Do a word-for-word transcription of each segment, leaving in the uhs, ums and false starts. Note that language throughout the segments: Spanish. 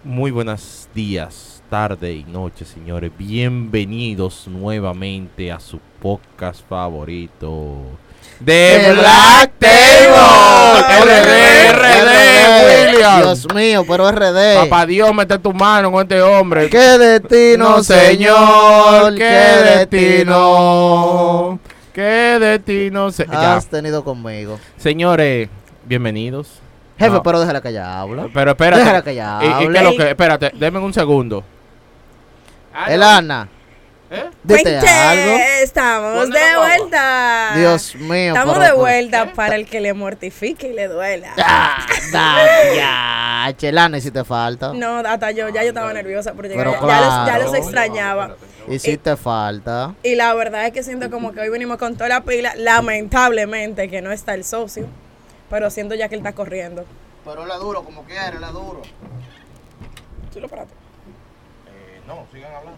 Muy buenos días, tarde y noche, señores. Bienvenidos nuevamente a su podcast favorito de Black Table. R D, R D, William. Dios mío, pero R D. Papá Dios, mete tu mano con este hombre. ¡Qué destino, No, señor! ¡Qué destino! ¡Qué destino! Se- ya. Has tenido conmigo. Señores, bienvenidos. Jefe, No. pero déjala que ella habla. Pero espérate. Déjala que ella ¿Y, y hable. qué es lo que? Espérate, denme un segundo. El Ana, ¿Eh? dite Cuente, algo. Estamos ¿Dónde de nos vamos? vuelta. Dios mío. Estamos pero- de vuelta para el que le mortifique y le duela. Ah, da, ya, Chelana, si te falta. No, hasta yo, ya yo estaba nerviosa por llegar. Pero ya, los, ya claro. los extrañaba. Y si te falta. Y la verdad es que siento como que hoy venimos con toda la pila. Lamentablemente que no está el socio. Pero siento ya que él está corriendo. Pero le duro, como quiera, le duro. ¿Tú lo paraste? Eh, no, sigan hablando.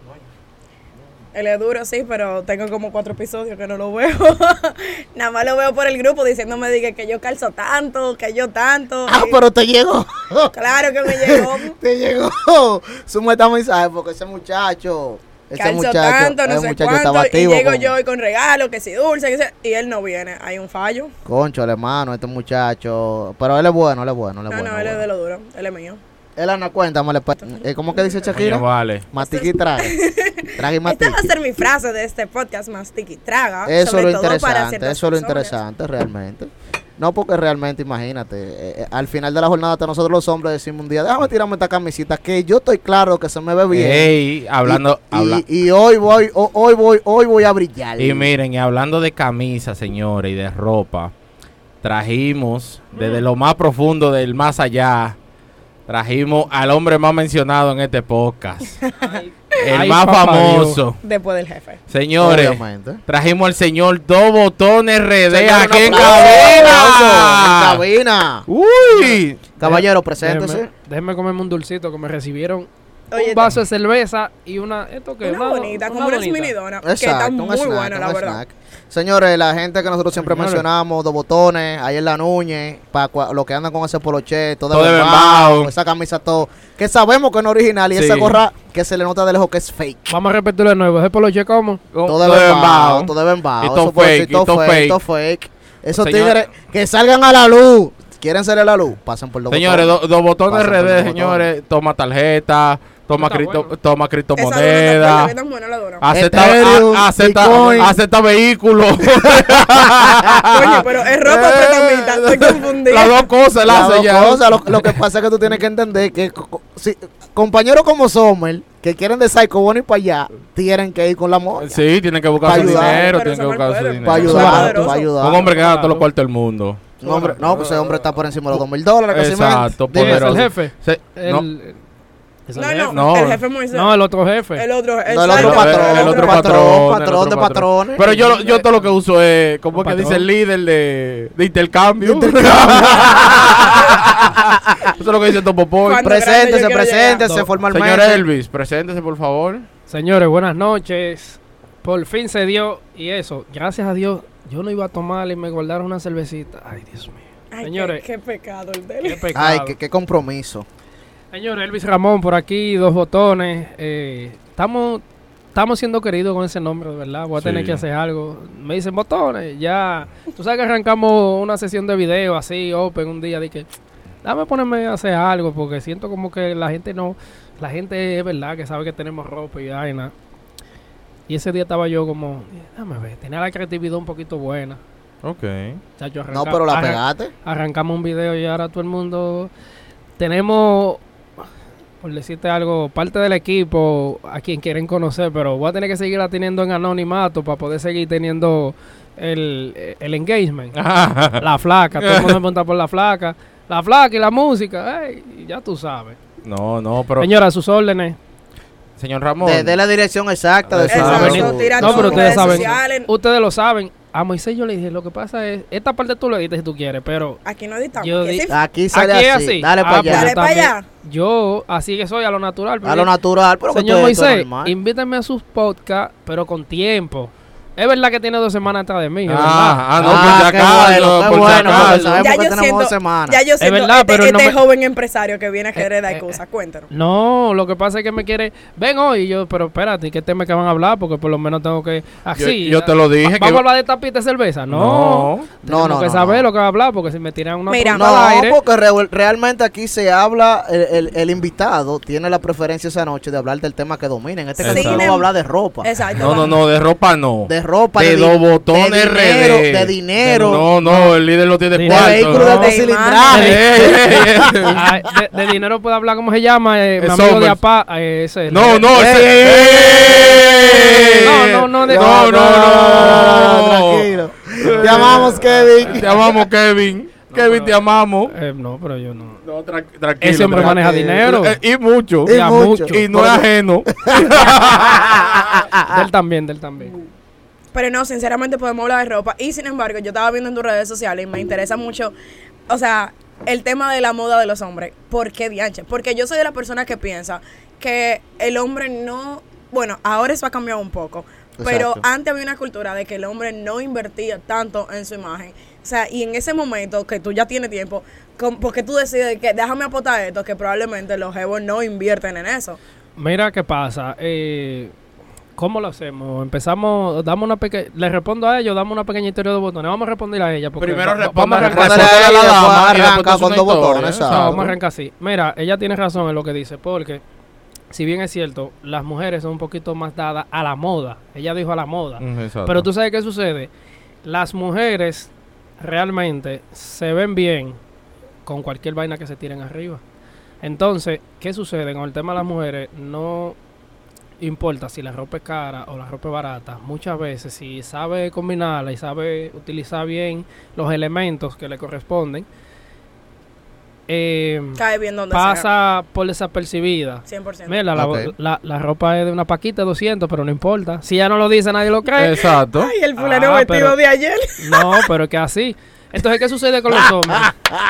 Él es duro, sí, pero tengo como cuatro episodios que no lo veo. Nada más lo veo por el grupo diciéndome diga, que yo calzo tanto, que yo tanto. Ah, Y pero te llegó. claro que me llegó. Te llegó. Suma esta mensaje porque ese muchacho. Ese Calzo muchacho. tanto, no ese sé muchacho cuánto, estaba y activo. llego con- yo hoy con regalo, que si dulce, que si, y él no viene. Hay un fallo. Concho, el hermano, este muchacho. Pero él es bueno, él es bueno, él es No, bueno. no, él es bueno. de lo duro, él es mío. Él, Ana, cuéntame. le pa- eh, ¿Cómo que dice Shakira? Coño, vale. Matiqui trague. Trague y Esta va a matiqui. ser mi frase de este podcast, mastica y traga. Eso es sobre lo todo para interesante, ciertas eso es lo personas. interesante realmente. No, porque realmente, imagínate, eh, eh, al final de la jornada, hasta nosotros los hombres decimos un día, déjame tirarme esta camisita, que yo estoy claro que se me ve bien. Ey, hablando, y, habla- y, y hoy voy, ho- hoy voy, hoy voy a brillar. y miren, y hablando de camisas, señores, y de ropa, trajimos desde lo más profundo del más allá, trajimos al hombre más mencionado en este podcast, el Ay, más papá famoso. Después del jefe. Señores, Obviamente. trajimos al señor Dos Botones R D Señor, aquí un en aplauso, un aplauso, en cabina. cabina. Uy, Caballero, Déjeme, preséntese. déjeme comerme un dulcito que me recibieron. Oye, un vaso de cerveza y una. ¿Esto qué? una bonita, como una bonita. mini dona, que está Exacto, un muy snack, buena, la un verdad. snack. Señores, la gente que nosotros siempre Señores. mencionamos, Dos Botones, ahí en la Núñez, para los que andan con ese poloche, todo, Todo de de Bembao, Bembao. esa camisa todo, que sabemos que no es original, y Sí. esa gorra que se le nota de lejos que es fake. Vamos a repetirlo de nuevo. ¿Es poloche cómo? Todo de de Bembao, Bembao. todo de Bembao. Y todo Eso puede fake, ser y todo fake. todo fake. Esos Señor- tigres que salgan a la luz, quieren salir a la luz, pasen por Dos Señores, Botones. do- Dos Botones Pasen por R D, Dos señores, toma tarjeta, toma, Está cripto, bueno. toma Esa dona criptomoneda, está tan buena la dona. acepta, Ethereum, a- acepta, Bitcoin. acepta vehículos. Coño, pero es ropa pretamita, estoy confundida. Las dos cosas las Las hace dos ya. cosas, lo, lo que pasa es que tú tienes que entender que co- co- si, compañeros como Sommer, que quieren de Psycho Bonnie para allá, tienen que ir con la moda. Sí, tienen que buscar Pa' su ayudar. dinero, Pero tienen que eso buscar no su puede. dinero. Para Eso es ayudar, poderoso. para ayudar. Un hombre que gana todos los cuartos del mundo. Un hombre- no, pues ese hombre está por encima de los dos mil dólares. casi Exacto, mente. ¿Quién es el poderoso. jefe? Se- no, El, ¿es el No, jefe? no, No. el jefe Moisés. No, el otro jefe. El otro, No, el otro exacto, patrón, el otro patrón, patrón, patrón el otro de patrón. patrones. Pero yo, yo todo lo que uso es, ¿cómo es que Patrón. dice el líder de, de intercambio? Intercambio. Eso es lo que dice Topopoy. Cuando grande Preséntese, yo quiero preséntese llegar. formalmente. Señor Elvis, preséntese por favor. Señores, buenas noches. Por fin se dio. Y eso, gracias a Dios, yo no iba a tomar y me guardaron una cervecita. Ay, Dios mío. Ay, Señores, qué, qué pecado el de qué él. pecado. Ay, qué, qué compromiso. Señor Elvis Ramón por aquí, Dos Botones. Eh, estamos, estamos siendo queridos con ese nombre, de verdad. Voy a tener Sí. que hacer algo. Me dicen Botones, ya. Tú sabes que arrancamos una sesión de video así, open, un día. Dije, dame ponerme a hacer algo porque siento como que la gente no. La gente es verdad que sabe que tenemos ropa y vaina. Y ese día estaba yo como, déjame ver, tenía la creatividad un poquito buena. Ok. Chacho, No, arranca- pero la arran- pegaste. Arrancamos un video y ahora todo el mundo tenemos, por decirte algo, parte del equipo a quien quieren conocer, pero voy a tener que seguirla teniendo en anonimato para poder seguir teniendo el, el engagement. La flaca, todo el mundo me pregunta por la flaca. La flaca y la música, ey, ya tú sabes. No, no, pero Señora, a sus órdenes. señor Ramón. De, de la dirección exacta de su Exacto. de su- Exacto, tira No, todo pero en ustedes redes saben, sociales. ustedes lo saben. A Moisés yo le dije, lo que pasa es, esta parte tú lo editas si tú quieres, pero Aquí no editamos. Yo que di- sí, Aquí sale aquí es así. así. Dale Ah, para pues allá. Dale pa' también. allá. Yo así que soy a lo natural. A lo natural, pero que Señor todo esto es Moisés, normal. invítenme a sus podcasts, pero con tiempo. Es verdad que tiene dos semanas atrás de mí, es verdad. Ah, ah, no, Ah, por si qué acaso, bueno, qué por si bueno, acaso. porque sabemos Ya que yo tenemos siento, dos semanas. ya yo siento verdad, este, pero este no me- joven empresario que viene a querer dar eh, excusas. Cuéntanos. No, lo que pasa es que me quiere, ven hoy, y yo, pero espérate, ¿qué tema que van a hablar? Porque por lo menos tengo que, así. Yo- yo te lo dije ¿va- que ¿Vamos iba- a hablar de tapita de cerveza? No. No. Tenemos No, no, que no, saber no. lo que va a hablar, porque si me tiran una Mira, pregunta No, al aire, porque re- realmente aquí se habla, el, el- el invitado tiene la preferencia esa noche de hablar del tema que domina. En este caso Exacto. no va a hablar de ropa. Exacto. No, no, vamos. no, de ropa no. De ropa, de de, dos di- botones de R dinero, D. de dinero, No, no, el líder lo tiene De de cuarto. vehículos de ¿no? alto De cilindraje. Ey, ey, ey. ay, de, de dinero puede hablar, ¿cómo se llama? Eh, mi Es amigo de Somers. APA, eh, ese. No, no, Eh, sí, ey. No, no, no, de- no, no, no. Tranquilo. Te amamos, Kevin. Te amamos, Kevin. Kevin, te amamos. Eh, no, pero yo no. No, tra- tranquilo. Ese hombre tranquilo. maneja dinero. Eh, Y mucho. Y Ya, mucho. mucho. Y no es ajeno. Del también, del también. Pero no, sinceramente podemos hablar de ropa. Y sin embargo, yo estaba viendo en tus redes sociales y me interesa mucho, o sea, el tema de la moda de los hombres. ¿Por qué dianche? Porque yo soy de la persona que piensa que el hombre no... Bueno, ahora eso ha cambiado un poco. Pero Exacto. antes había una cultura de que el hombre no invertía tanto en su imagen. O sea, y en ese momento que tú ya tienes tiempo, com- porque tú decides que déjame apostar esto, que probablemente los jevos no invierten en eso. Mira qué pasa. Eh, ¿Cómo lo hacemos? Empezamos, damos una pequeña, le respondo a ellos, damos una pequeña historia de botones. Vamos a responderle a ella. Porque Primero va- va- responde- vamos a arrancar. responde- Respóndele a ella, la dama después y después arranca tú con una dos historia, botones. ¿eh? No, exacto. vamos a arrancar así. Mira, ella tiene razón en lo que dice, porque si bien es cierto, las mujeres son un poquito más dadas a la moda. Ella dijo a la moda. Mm, exacto. Pero tú sabes qué sucede. Las mujeres realmente se ven bien con cualquier vaina que se tiren arriba. Entonces, ¿qué sucede con el tema de las mujeres? No importa si la ropa es cara o la ropa es barata. Muchas veces, si sabe combinarla y sabe utilizar bien los elementos que le corresponden, eh, Cae bien donde sea. pasa por desapercibida. cien por ciento. Mira, la, Ok. la, la ropa es de una paquita de doscientos, pero no importa. Si ella no lo dice, nadie lo cree. Exacto. Ay, el fulano Ah, vestido pero- de ayer. No, pero es que así. Entonces, ¿qué sucede con los hombres?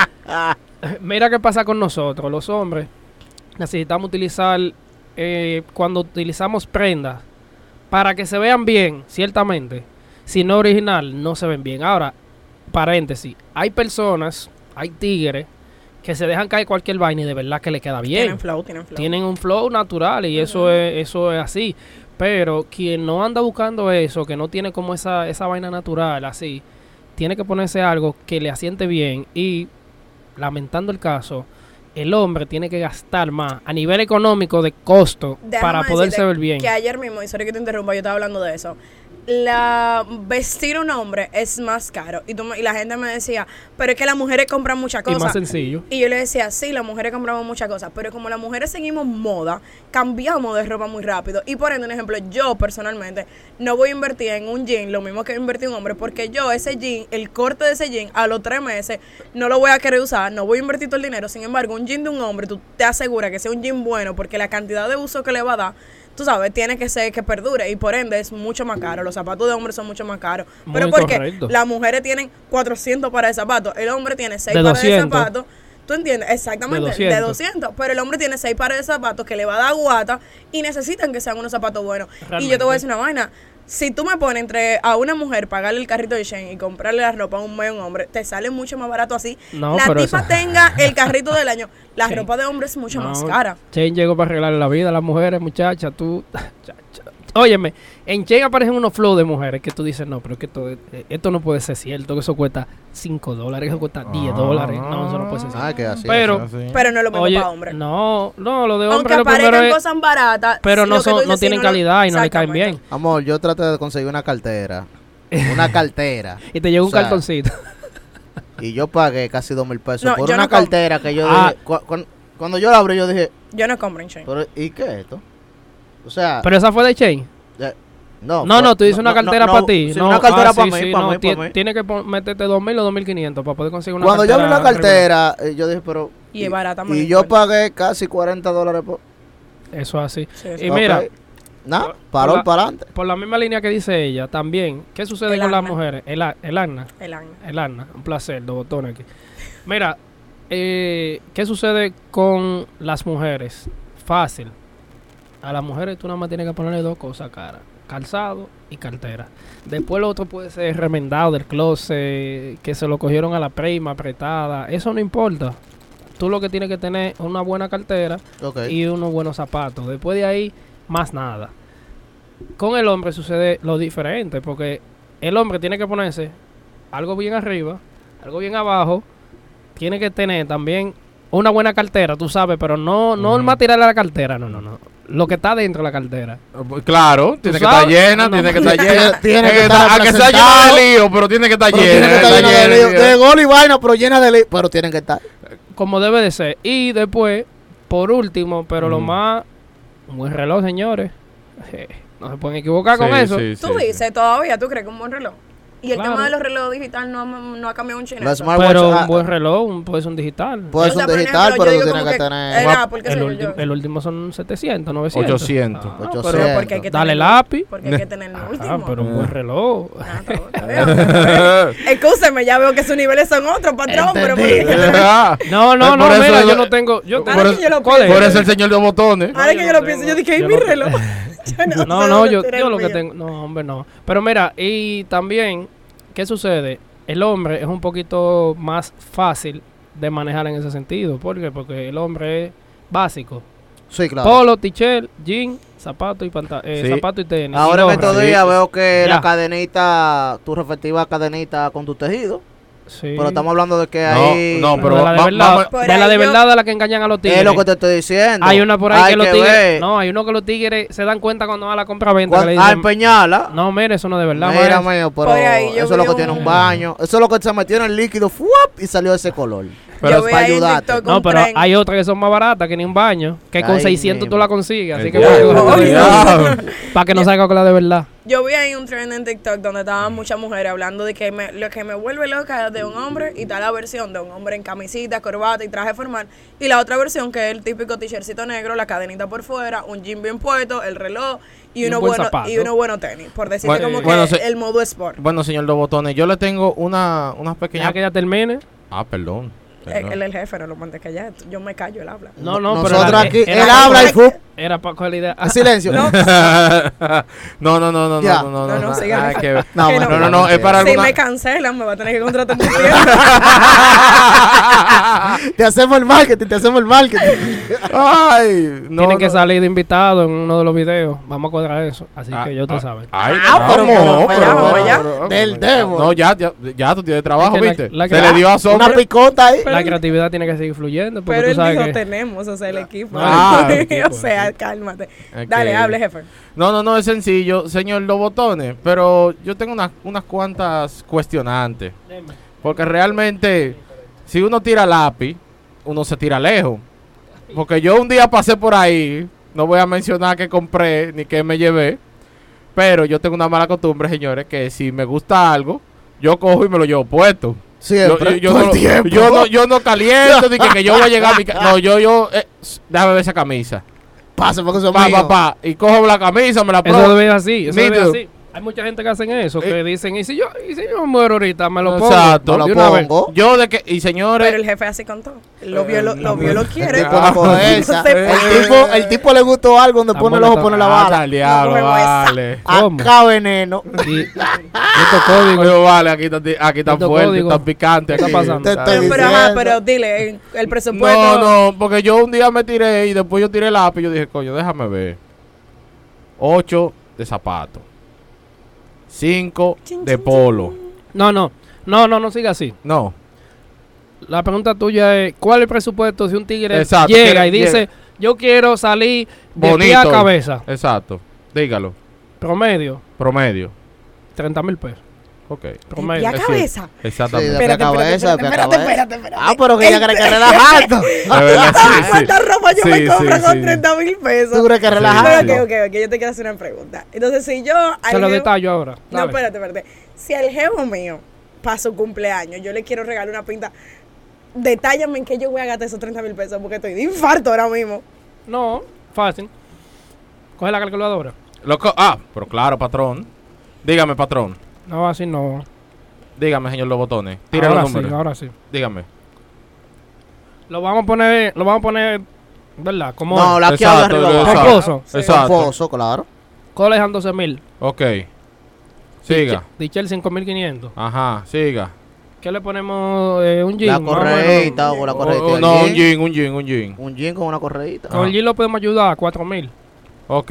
Mira qué pasa con nosotros. Los hombres necesitamos utilizar, eh, cuando utilizamos prendas, para que se vean bien, ciertamente. Si no original, no se ven bien. Ahora, paréntesis, hay personas, hay tigres, que se dejan caer cualquier vaina y de verdad que le queda bien. Tienen flow, tienen flow. Tienen un flow natural y eso es eso es así. Pero quien no anda buscando eso, que no tiene como esa, esa vaina natural así, tiene que ponerse algo que le asiente bien y, lamentando el caso, el hombre tiene que gastar más a nivel económico de costo Déjame para poderse decirte ver bien. Que ayer mismo, y sorry que te interrumpa, yo estaba hablando de eso. La vestir a un hombre es más caro. Y, tú me- y la gente me decía, pero es que las mujeres compran muchas Y más cosas. sencillo. Y yo le decía, sí, las mujeres compramos muchas cosas, pero como las mujeres seguimos moda, cambiamos de ropa muy rápido. Y por ende, un ejemplo, yo personalmente no voy a invertir en un jean lo mismo que invertir un hombre, porque yo ese jean, el corte de ese jean, a los tres meses, no lo voy a querer usar, no voy a invertir todo el dinero. Sin embargo, un jean de un hombre, tú te aseguras que sea un jean bueno, porque la cantidad de uso que le va a dar, tú sabes, tiene que ser que perdure y por ende es mucho más caro. Los zapatos de hombre son mucho más caros. Muy Pero porque correcto. las mujeres tienen cuatrocientos pares de zapatos, el hombre tiene seis De pares de doscientos. zapatos. ¿Tú entiendes? Exactamente, De de doscientos. doscientos. Pero el hombre tiene seis pares de zapatos que le va a dar guata y necesitan que sean unos zapatos buenos. Y yo te Realmente. voy a decir una vaina. Si tú me pones entre a una mujer pagarle el carrito de Shein y comprarle la ropa a un medio hombre, te sale mucho más barato así. No, la pero tipa eso- tenga el carrito del año. La Sí. ropa de hombre es mucho No, más cara. Chain llegó para arreglarle la vida a las mujeres, muchachas. Tú. Chacha. Óyeme, en Chain aparecen unos flow de mujeres que tú dices, no, pero es que esto, eh, esto no puede ser cierto, que eso cuesta cinco dólares, eso cuesta diez dólares. No, eso no puede ser cierto. Ah, que así. Pero- así. Pero no es lo mismo Oye, para hombre. no, no, lo de Aunque hombre lo primero aparezcan es, cosas baratas, pero sí, no lo que tú son, dices, no sí, tienen lo- calidad y no le caen Exactamente. bien. Amor, yo traté de conseguir una cartera. Una cartera. Y te llega un O sea, cartoncito. Y yo pagué casi dos mil pesos No, por yo una no com- cartera que yo Ah. dije. cu- cu- cuando yo la abrí, yo dije, Yo no compro en Shein. pero ¿y qué es esto? O sea, Pero esa fue de Chain. eh, no. No, fue- no, tú dices una cartera no, para ti. sí, no, una cartera ah, para sí, mí, sí, para no, mí, ti- para mí. Tiene que pon- meterte dos mil o dos mil quinientos para poder conseguir una Cuando yo abrí la regular. cartera, eh, yo dije, pero. Y es barata, me Y no yo importa. pagué casi cuarenta dólares por. Eso así. Sí, sí. Y Ok. mira, Nada, por- paró por la- para adelante. por la misma línea que dice ella, también, ¿qué sucede El con las acna. mujeres? El, a- el acna. El año. El Arna, un placer, dos botones aquí. Mira, eh, ¿qué sucede con las mujeres? Fácil. A las mujeres tú nada más tienes que ponerle dos cosas, cara. calzado y cartera. Después lo otro puede ser remendado del closet, que se lo cogieron a la prima apretada. Eso no importa. Tú lo que tienes que tener es una buena cartera Ok. y unos buenos zapatos. Después de ahí, más nada. Con el hombre sucede lo diferente, porque el hombre tiene que ponerse algo bien arriba, algo bien abajo. Tiene que tener también una buena cartera, tú sabes, pero no, no Ujú. el material de la cartera, no, no, no. Lo que está dentro de la cartera. Claro, tiene que sabes? estar llena, No, tiene que no. estar llena. Tiene que Eh, estar a que sea llena representado. de lío, pero tiene que estar Pero llena. tiene que estar está llena de llena, lío. De gol y vaina, pero llena de lío. Pero tienen que estar. Como debe de ser. Y después, por último, pero lo Ujú. más... Un buen reloj, señores. Eh, no se pueden equivocar con Sí, eso. sí, Tú sí, dices, todavía, ¿tú crees que un buen reloj? Y el Claro. tema de los relojes digital no, ha- no ha cambiado un Los chineto. smartwatch, Pero ah, un buen reloj un- puede ser un digital. puede O ser sea, un por digital, ejemplo, pero yo tú digo tienes como que que tener. era- El, Ah, porque el soy último, yo. el último son setecientos, novecientos. ochocientos. Ah, ochocientos. pero Porque hay que dale tener- lápiz. Porque hay que tener el último. Ah, pero un buen reloj. Ah, está bien, está bien, está bien. Excúseme, ya veo que sus niveles son otros, patrón, pero ¿por qué hay que tener- No, no, Por no, eso mira, yo- yo no tengo... Yo por tengo eso- yo lo ¿cuál es? Por eso el señor de botones. Ahora No, que yo yo no lo pienso, tengo. yo dije, ¿y Yo mi no reloj? Yo No, sé no, dónde yo, tiene yo el lo que mío. tengo... No, hombre, no. Pero mira, y también, ¿qué sucede? El hombre es un poquito más fácil de manejar en ese sentido. ¿Por qué? Porque el hombre es básico. Sí, claro. Polo, t-shirt, jean, zapato y panta eh, Sí. zapato y tenis. Ahora y en gorra. estos Sí. días veo que Ya. la cadenita, tu respectiva cadenita con tu tejido. Sí. Pero estamos hablando de que No, ahí. no, pero de la de va- verdad, vamos- Por de la ahí de yo- verdad a la que engañan a los tigres. Es lo que te estoy diciendo. Hay una por ahí Hay que los tigres... ver. No, hay uno que los tigres se dan cuenta cuando va a la compra-venta. Cuando- que le a dicen, empeñarla. no, mire, eso no es de verdad. Mira, maestro". mío, pero Por ahí yo eso es lo vi que tiene un- un baño. Eso es lo que se metió en el líquido ¡fuap! Y salió ese color. Pero Yo es vi para ahí en ayudarte. TikTok No, un pero tren. hay otras que son más baratas que ni un baño. Que con Ay, seiscientos tú mismo. la consigues. Así El que diablo. para Oye. que no salga con la de verdad. Yo vi ahí un trend en TikTok donde estaban muchas mujeres hablando de que me- lo que me vuelve loca es de un hombre y está la versión de un hombre en camisita, corbata y traje formal. Y la otra versión que es el típico t-shirtcito negro, la cadenita por fuera, un jean bien puesto, el reloj y, Y un uno buen bueno zapato. y uno bueno tenis. Por decirte Bueno, como que bueno, se- el modo sport. Bueno, señor de botones, yo le tengo una, unas pequeñas... Ya que ya termine. Ah, perdón. Eh, perdón. Él es el jefe, no lo mandes callar. Yo me callo, él habla. No, no, pero Nosotros era- aquí, era él pa- habla y ¡fup! Era para coger la idea. En silencio. No. no, no, no, no, Ya. no, no, No, no, no, no, siga. nada que ver. No, Que bueno, no, no, no, es para Si alguna... me cancelan, me va a tener que contratar un Te hacemos el marketing, te hacemos el marketing. Ay, no, Tienen que no. salir de invitado en uno de los videos. Vamos a cuadrar eso. Así Ah, que ya ah, ustedes saben. Ay, Ah, pero vamos, vamos pero- allá, vamos allá. pero- Del demo. No, ya, ya, ya tú tienes trabajo, Es que la- ¿viste? la- Se le dio a Una sombra. picota ahí. La creatividad tiene que seguir fluyendo. Porque Pero tú él sabes dijo que... tenemos, o sea, el equipo. Ah, el equipo, o sea, cálmate. Ok. Dale, hable, jefe. No, no, no, es sencillo, señor Los Botones, pero yo tengo unas, unas cuantas cuestionantes. Porque realmente, si uno tira lápiz, uno se tira lejos. Porque yo un día pasé por ahí, no voy a mencionar qué compré ni qué me llevé, pero yo tengo una mala costumbre, señores, que si me gusta algo, yo cojo y me lo llevo puesto. Siempre. Yo, yo, todo no, el tiempo. yo, no, yo no caliento, ni que, que yo voy a llegar a mi casa. No, yo, yo, eh, déjame ver esa camisa. Pasa porque son Pa, míos. pa, pa, y cojo la camisa, me la Eso pruebo. debe ser así. Eso debe ser Nítido. así. Hay mucha gente que hacen eso. Eh. Que dicen, ¿y si yo y si yo muero ahorita? Me lo pongo. Exacto. Me lo de una vez. pongo. Yo de que, y señores, Pero el jefe así con todo. Lo vio, lo, Eh, lo, vio, lo El quiere. tipo no coge esa. No se El puede. tipo, el tipo le gustó algo donde Está pone el buena ojo, pone la ah, bala. al diablo, No cogemos esa. vale. ¿Cómo? Acá veneno. Y estos códigos. Oye, vale, aquí está, aquí está Estos fuerte, códigos. está picante. ¿Qué aquí. está pasando? Te Está- estoy Pero, pero, ajá, diciendo. pero dile, el, el presupuesto. No, no, porque yo un día me tiré y después yo tiré el lápiz y yo dije, coño, déjame ver. Ocho de zapato. Cinco Chin, de chin, polo. No, no. No, no, no siga así. No. La pregunta tuya es, ¿cuál es el presupuesto si un tigre Exacto, llega quiere- y dice, yo quiero salir de Bonito. pie a cabeza? Exacto. Dígalo. Promedio, Promedio. treinta mil pesos. Ok. Promedio. ¿Y a Es cabeza? Sí, Exactamente. de pie a cabeza, de pie a espérate, cabeza. espérate, espérate. Ah, pero que ella cree que es relajando. De verdad, sí, sí. ¿Cuánta ropa yo Sí, me compro sí, con sí. treinta mil pesos? ¿Tú crees que es Sí. relajando? Pero ok, ok, ok, yo te quiero hacer una pregunta. Entonces, si yo... al Se lo jevo- detallo ahora. No, Dale. espérate, espérate. Si al jevo mío, para su cumpleaños, yo le quiero regalar una pinta, detállame en qué yo voy a gastar esos treinta mil pesos, porque estoy de infarto ahora mismo. No, fácil. Coge la calculadora. Loco, ah, pero claro, patrón. Dígame, patrón. No, así no. Dígame, señor Los Botones. Tira Ahora los sí, números. ahora sí. Dígame. Lo vamos a poner, lo vamos a poner, ¿verdad? Como No, la que Exacto, habla arriba exacto. abajo. pomposo. Exacto. Pomposo, claro. Colejan doce mil. Ok. Siga. Dichel cinco mil quinientos. Ajá, siga. ¿Qué le ponemos? Eh, un jean. La más o correita menos. o la Oh, correita. oh, no, un jean, un jean, un jean. Un jean con una correita. Con el jean lo podemos ayudar a cuatro mil. Ok.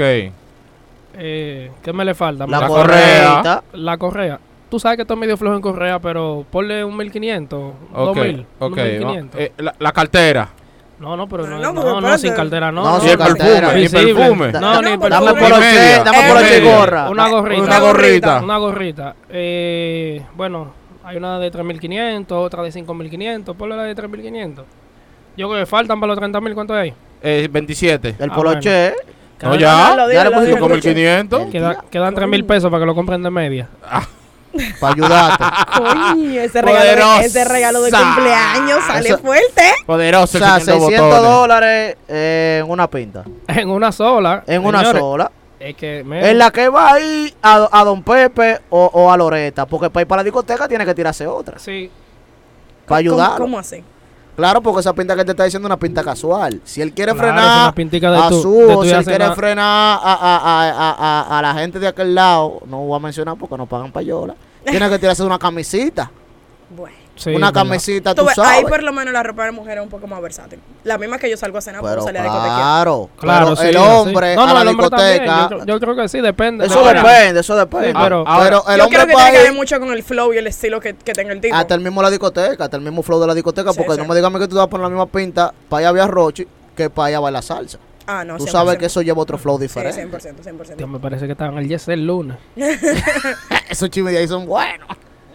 Eh, ¿Qué me le falta? La La correita. La correa. Tú sabes que estoy medio flojo en correa, pero ponle un mil quinientos, dos Ok. mil, Ok. un mil quinientos. Eh, la, la cartera. No, no, pero no, No, no, porque no, espérate. sin cartera, no. No, no, Y sin el cartera. perfume. Y Visible. perfume. No, No, ni pero perfume. Dame por los media. che, dame Eh, por los che media. gorra. Una gorrita. Una gorrita. Una gorrita. Eh, bueno, hay una de tres mil quinientos, otra de cinco mil quinientos. Ponle la de tres mil quinientos. Yo creo que faltan para los treinta mil. ¿Cuánto hay? Eh, veintisiete. El Ah, poloche. No, Quedan- ya. No, lo Ya digo, le lo puse digo. cinco mil quinientos. queda- quedan tres mil pesos para que lo compren de media. Para ayudarte. Coño, ese regalo, de, Poderosa. ese regalo de cumpleaños sale Eso- fuerte. Poderoso. O sea, el señor de seiscientos botones. dólares eh, en una pinta. En una sola. En una señores. sola. Es que, me- En la que va a ir a, a Don Pepe o, o a Loreta. Porque para ir para la discoteca tiene que tirarse otra. Sí. Para ayudar. ¿Cómo, cómo así? Claro, porque esa pinta que te está diciendo es una pinta casual. Si él quiere Claro, es frenar una pintica de a tu- su, de o tu si ya él quiere cena- frenar a, a, a, a, a, a la gente de aquel lado, no voy a mencionar porque nos pagan payola. Tiene que tirarse una camisita. Bueno. Sí, una verdad. camisita, Tú tú ves, sabes. ahí por lo menos la ropa de mujer es un poco más versátil. La misma que yo salgo a cenar, puedo Pero salir a discoteca. claro, Claro, pero sí, el sí. hombre No, no, a la el hombre también. discoteca. Yo, creo- yo creo que sí, depende. Eso Ahora, depende, eso depende. Sí, pero- Ah, pero el Yo hombre creo que para tiene que ver ir mucho con el flow y el estilo que, que tenga el tipo. hasta el mismo la discoteca, hasta el mismo flow de la discoteca, Sí, porque sí. no me digas a mí que tú vas a poner la misma pinta para allá a ver a Rochi que para allá a bailar salsa. Ah, no, Tú cien por sabes ciento. que eso lleva otro flow Sí, diferente. cien por ciento, cien por ciento. Tío, me parece que estaban en el Yes el lunes. Esos chismes de ahí son buenos.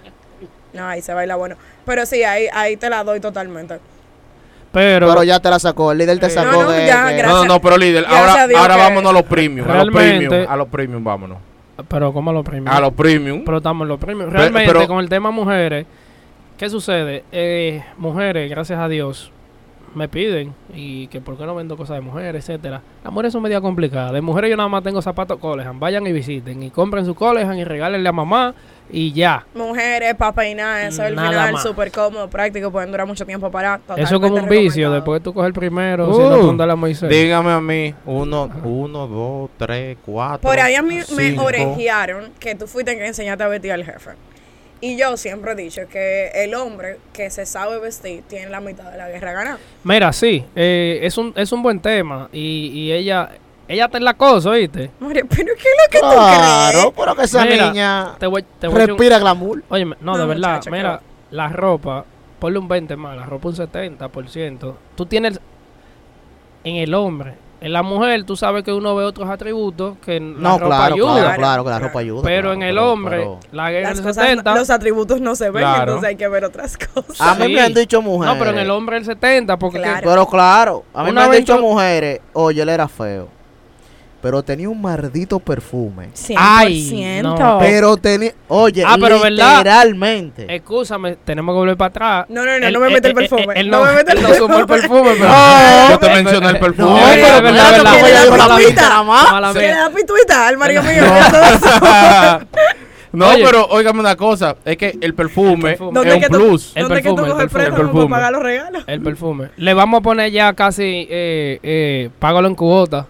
No, ahí se baila bueno. Pero sí, ahí, ahí te la doy totalmente. Pero, Pero ya te la sacó, el líder te Eh, sacó no, no, de ya, que- gracias. No, no, no, pero líder, Gracias ahora, a Dios ahora que- vámonos a los premium. A los Realmente- premium. A los premium, vámonos. pero ¿cómo lo premium? A los premium. Pero estamos en los premios. Pero- Realmente, pero- con el tema mujeres, ¿qué sucede? Eh, mujeres, gracias a Dios, me piden y que por qué no vendo cosas de mujeres, etcétera. Las mujeres son media complicadas. De mujeres yo nada más tengo zapatos Colehan. Vayan y visiten y compren su Colehan y regálenle a mamá y ya. Mujeres, para peinar, eso al Nada final más. súper cómodo, práctico, pueden durar mucho tiempo para. Eso es como un vicio. Después que tú coges el primero, si Uh, no pregúntale a Moisés. Dígame a mí. Uno, uno, dos, tres, cuatro. Por ahí a mí me cinco. orejearon que tú fuiste que enseñaste a vestir al jefe. Y yo siempre he dicho que el hombre que se sabe vestir tiene la mitad de la guerra ganada. Mira, sí, eh, es un es un buen tema y, y ella ella está en la cosa, ¿oíste? María, pero ¿qué es lo que tú Claro, crees? pero que esa Mira, niña Te voy, te voy a echar un- respira glamour. Oye, no, de No, verdad, muchacha, qué mira, va. la ropa, ponle un veinte más, la ropa un setenta por ciento. Tú tienes en el hombre, en la mujer, tú sabes que uno ve otros atributos que en la No, ropa claro, ayuda. claro, claro, que la Claro. ropa ayuda. Pero claro, en el pero- hombre, pero- la guerra Las del cosas, setenta. los atributos no se ven, Claro. entonces hay que ver otras cosas. A mí Sí. me han dicho mujeres. No, pero en el hombre el setenta, porque Claro. que- Pero claro, a mí Una me han vez dicho yo- mujeres, oye, él era feo. Pero tenía un maldito perfume. cien por ciento. Ay, no. Pero tenía, oye, Ah, pero ¿verdad? literalmente. Escúchame, tenemos que volver para atrás. No, no, no, Él- no me él- mete el él- perfume. él no, no me mete el él no sumó el perfume. perfume, pero. No, Yo te mencioné el perfume. No, Mira, pero verdad, verdad, verdad, que verdad, con la verdad. pinta nada más. Mala Se mía. le da pituita al marido mío. No, Oye. pero óigame una cosa. Es que el perfume, El perfume. ¿Dónde es es un que tú- plus. El ¿Dónde es que tú perfume, el coges el perfume, préstamo el perfume. para pagar los regalos? El perfume. Le vamos a poner ya casi, eh, eh, págalo en cuota.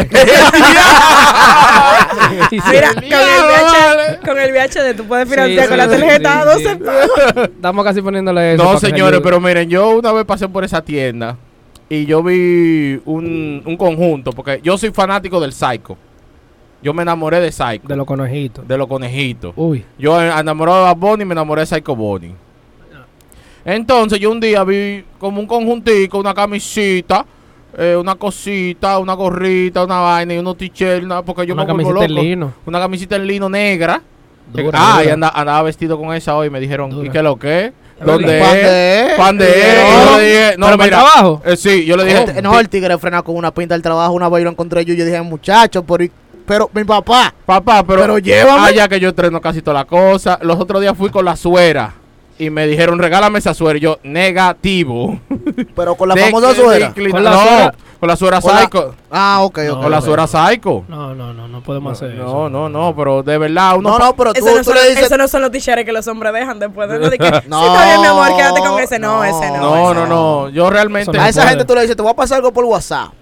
Mira, con el, V H, con el V H D tú puedes financiar Sí, con sí, la tarjeta sí, a doce sí. pagos. Estamos casi poniéndole eso. No, para que señores, ayude. pero miren, yo una vez pasé por esa tienda y yo vi un, un conjunto, porque yo soy fanático del Psycho. Yo me enamoré de Psycho, De los conejitos. de los conejitos. Uy. Yo eh, enamorado de Bad Bunny y me enamoré de Psycho Bunny. Entonces yo un día vi como un conjuntico, una camisita, eh, una cosita, una gorrita, una vaina y unos t-shirts, una- porque yo Una me vuelvo camiseta en loco. lino. Una camisita en lino negra. Dura, ah, dura. y anda- andaba vestido con esa hoy. Me dijeron, Dura. ¿y qué lo que? ¿Es ¿Dónde verdad? es? ¿Pan de él? ¿Pan de él? No. Y yo le dije, no, ¿Pero para el mira. trabajo? eh, sí, yo le dije. Este- no, el tigre frena con una pinta del trabajo, una vez lo encontré yo y yo dije, muchacho, pero, pero mi papá, Papá, pero, pero llévame. ah, ya que yo entreno casi toda la cosa. Los otros días fui con la suera. Y me dijeron, regálame esa suera. Y yo, negativo. pero con la De- famosa de- suera. de- ¿Con la no, suera? con la suera Con la- psycho. Ah, ok, No, ok. Con la ok. suera psycho. No, no, no, no podemos hacer eso. No, no, no, pero de verdad uno... No, no, pero tú, Eso no, tú son, le dices... eso no son los t-shirts que los hombres dejan después de no, de que, No, sí, está bien, mi amor, quédate con ese. No, no. ese no. No, ese no, no. Yo realmente... Eso A no esa puede. gente tú le dices, te voy a pasar algo por WhatsApp. ¡Pra!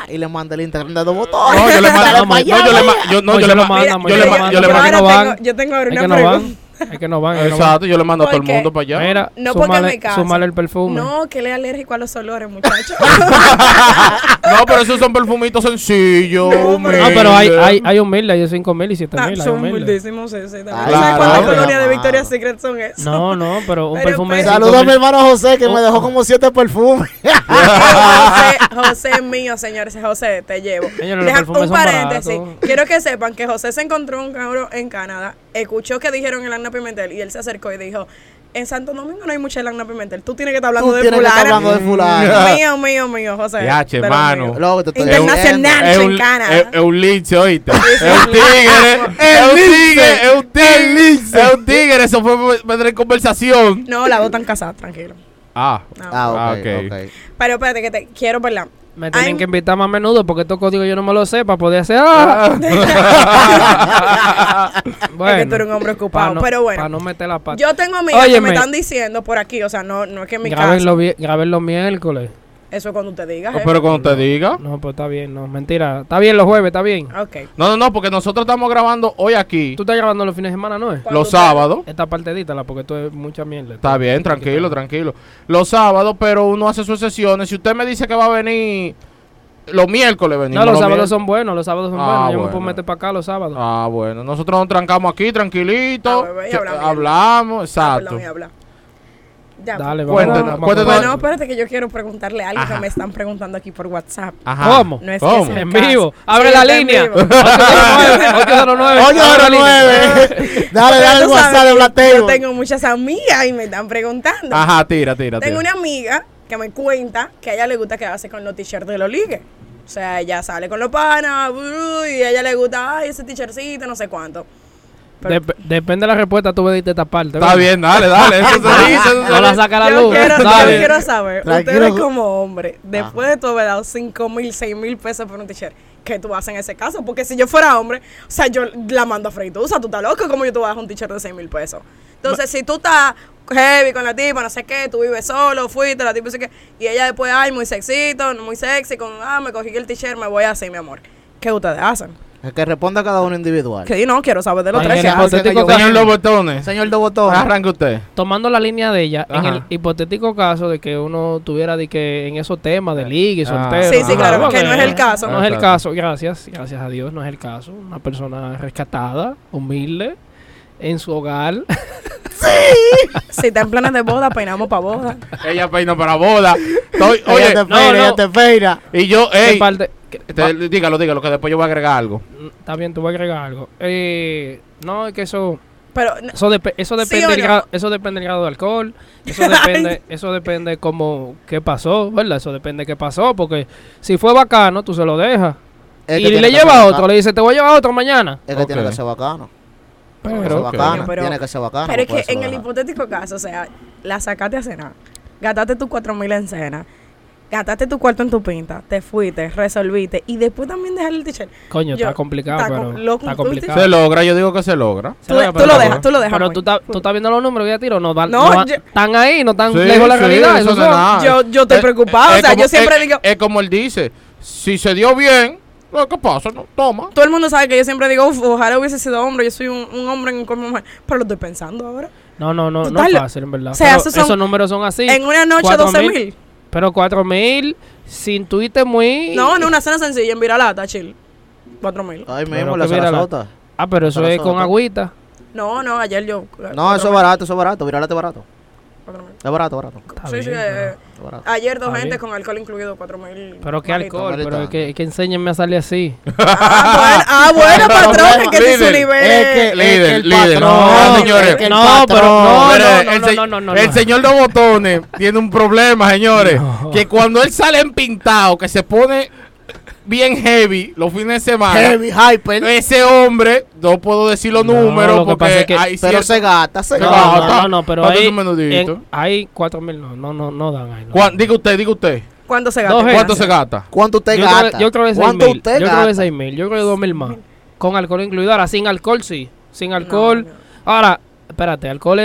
y le manda el Instagram de dos botones. No, yo le mando, Dale no, pa' allá, yo le vaya. ma- yo no, No, yo yo le lo ma- mando, yo yo le lo ma- mando. yo le Yo mando. ahora ahora no van. tengo, yo tengo ahora Es una que no pregunta. van. Es que no van. es que no van. Exacto, yo le mando a todo el Porque- mundo para allá. Mira, No, porque en mi súmale, caso- súmale el perfume. No, que le es alérgico a los olores, muchachos. No, pero esos son perfumitos sencillos. No, Ah, pero hay, humildes. hay, hay un mil, hay cinco mil y siete Ah, mil. hay son humildes. humildísimos, sí, sí. también. Ay, ¿Sabes cuántas claro. colonias de Pero, Victoria's mano. Secret son esas? No, no, pero un Pero, perfume de pero- cinco Saludos a mil. mi hermano José, que me dejó como siete perfumes. José, José es mío, señores. José, te llevo. Señores, los Deja perfumes un son paréntesis. baratos. Quiero que sepan que José se encontró un cabro en Canadá, escuchó que dijeron el Agna Pimentel y él se acercó y dijo: en Santo Domingo no hay mucha Agna Pimentel. Tú tienes que estar hablando Tú de tienes que estar fulana. hablando de fulana. Mío, mío, mío, José. Ya, che, de los mano. míos. Loco, te estoy Internacional. diciendo. Es en un, Canadá. es, es un lince, oíste. sí, Es un sí. tigre. Es un lince. tigre. Es un tigre. Es un tigre. Eso fue meter en conversación. No, las dos están casadas, tranquilo. Ah. No. Ah, ok, Ah, ok. ok. Pero espérate, que te quiero, ¿verdad? Me tienen I'm- que invitar más a menudo porque estos códigos yo no me los sé para poder hacer. ¡Ah! Es que tú eres un hombre ocupado, pa no- pero bueno. pa no meter la pata. Yo tengo amigas que Óyeme. me están diciendo por aquí, o sea, no, no es que en mi Grábenlo, caso. vi- grábenlo miércoles. Eso es cuando te digas. Oh, Pero cuando te diga. No, pues está bien, no, mentira. Está bien los jueves, está bien. Ok. No, no, no, porque nosotros estamos grabando hoy aquí, Tú estás grabando los fines de semana, ¿no es? Cuando los te- sábados. Esta parte edítala porque esto es mucha mierda. Está bien, tranquilo, tranquilo. Los sábados, pero uno hace sus sesiones. Si usted me dice que va a venir los miércoles, venimos No, los sábados miércoles. son buenos, los sábados son Ah, buenos. Yo me bueno. puedo meter para acá los sábados. Ah, bueno. Nosotros nos trancamos aquí, tranquilito. Ah, bebé, y que- hablamos bien. hablamos, Ah, exacto. perdón, y habla. Ya, Dale, pues. vamos, Cuéntanos, vamos a cuéntanos. comer. Bueno, espérate que yo quiero preguntarle algo Ajá. que me están preguntando aquí por WhatsApp. Ajá. ¿Cómo? No es ¿Cómo? que sea En el caso. vivo. Abre Sí, la está en línea. vivo. ocho cero nueve. ocho cero nueve. Dale, Pero dale el tú WhatsApp sabes de que Blateo. Yo tengo muchas amigas y me están preguntando. Ajá, tira, tira, Tengo tira. una amiga que me cuenta que a ella le gusta quedarse con los t-shirts de los ligues. O sea, ella sale con los panas uh, y a ella le gusta, ay, ese t-shirtcito, no sé cuánto. Pero Dep- depende de la respuesta, tú me diste esta parte. Está ¿verdad? bien, dale, dale. Eso se dice, eso se No la dice. saca a la yo, luz. quiero, yo Dale. quiero saber, Tranquilo. ustedes como hombre, después de tú haber dado cinco mil, seis mil pesos por un t-shirt, ¿qué tú haces en ese caso? Porque si yo fuera hombre, o sea, yo la mando a freír. O sea, tú estás loco, ¿cómo yo te voy a dar un t-shirt de seis mil pesos? Entonces, si tú estás heavy con la tipa, no sé qué, tú vives solo, fuiste, la tipa no sé qué, y ella después, ay, muy sexito, muy sexy, con, ah, me cogí el t-shirt, me voy así, mi amor. ¿Qué ustedes hacen? Es que responda cada uno individual. Que yo no quiero saber de los Ay, tres. en ya. el hipotético Señor Señor caso, Los Botones. Señor de botón. Arranque usted. tomando la línea de ella, en Ajá. el hipotético caso de que uno tuviera de que en esos temas de liga y Ah. soltero. Sí, sí, Ajá. claro, porque que no es el caso. No es el Exacto. caso, gracias, gracias a Dios, no es el caso. Una persona rescatada, humilde, en su hogar. Si está en planes de boda, peinamos para boda. Ella peina para boda. Estoy- Ella oye, te no, peina, no. ella te peina. y yo, ¿Qué ey, parte? qué- te- dígalo, dígalo, que después yo voy a agregar algo. va- Está bien, tú vas a agregar algo. Eh, no, es que eso... Pero, Eso, depe- eso ¿Sí depende o del no? grado, eso depende del grado de alcohol, eso depende, eso depende como qué pasó, ¿verdad? Eso depende qué pasó, porque si fue bacano, tú se lo dejas. Es Y que tiene le que lleva ser a otro, bacano. le dice, te voy a llevar a otro mañana. Es que tiene Ok. que ser bacano. Tiene que Pero, ser ok. bacana. Pero- Tiene que ser bacano. pero no es puede que ser en el bacano. hipotético caso, o sea, la sacaste a cenar, gastaste tus cuatro mil en cena, gastaste tu cuarto en tu pinta, te fuiste, resolviste y después también dejar el t-shirt. coño, Yo- está complicado, está pero com- loco, está tú- complicado. Se logra, yo digo que se logra. Se Tú, logra, tú pero- lo dejas, tú lo dejas. Pero muy. tú, estás- tú estás viendo los números que ya tiro, no, van- No, no van- yo- están ahí, no están Sí, lejos de la sí, realidad. eso esos de son. nada. Yo- yo estoy Eh, preocupado, eh, o sea, es yo siempre es- digo- Es como él dice, si se dio bien, lo que pasa, no, toma. Todo el mundo sabe que yo siempre digo, "Uf, ojalá hubiese sido hombre, yo soy un, un hombre en un cuerpo de mujer", pero lo estoy pensando ahora. No, no, no, Tú no es estás lo- fácil, en verdad. o sea, Pero esos son- esos números son así. En una noche, cuatro doce mil. mil. Pero cuatro mil, sin tuite muy... No, no, una cena sencilla, en Viralata, chill. cuatro mil. Ahí Pero mismo, que la mira la- Sarasota. Ah, pero eso Para es con nosotros. agüita. No, no, ayer yo. No, eso es barato, eso es barato. Viralate es barato. cuatro mil. Es barato, barato. Está Sí, bien, sí, pero- eh, Es barato. ayer dos Está gente bien. con alcohol incluido, cuatro mil. Pero qué malito. alcohol, malito. pero es que, es que enséñenme a salir así. Ah, bueno, ah, bueno, patrón, es que si su Líder, nivel es es- que- Líder, el líder, patrón, no, señores. es que el No, patrón. pero no, Mire, no, el, no, se- no, no, no, el no. señor de botones tiene un problema, señores. No. Que cuando él sale en pintado, que se pone bien heavy los fines de semana, Heavy, hyper. ese hombre, no puedo decir los No, números lo que pasa porque es que- hay Pero cierto- se gasta, se Se No, gasta. gasta. no, no, no, pero Falta hay, un menudito. en- hay cuatro mil, no, no, no, no dan ahí. no. Cuán- Diga usted, diga usted. ¿Cuánto se Dos gasta? gente. ¿Cuánto se gasta? ¿Cuánto usted yo, gasta? creo, yo creo que seis ¿Cuánto mil. usted Yo creo gasta? que seis mil. Yo creo que dos mil más. Con alcohol incluido. Ahora, sin alcohol sí. Sin alcohol. No, no. Ahora, espérate, alcohol es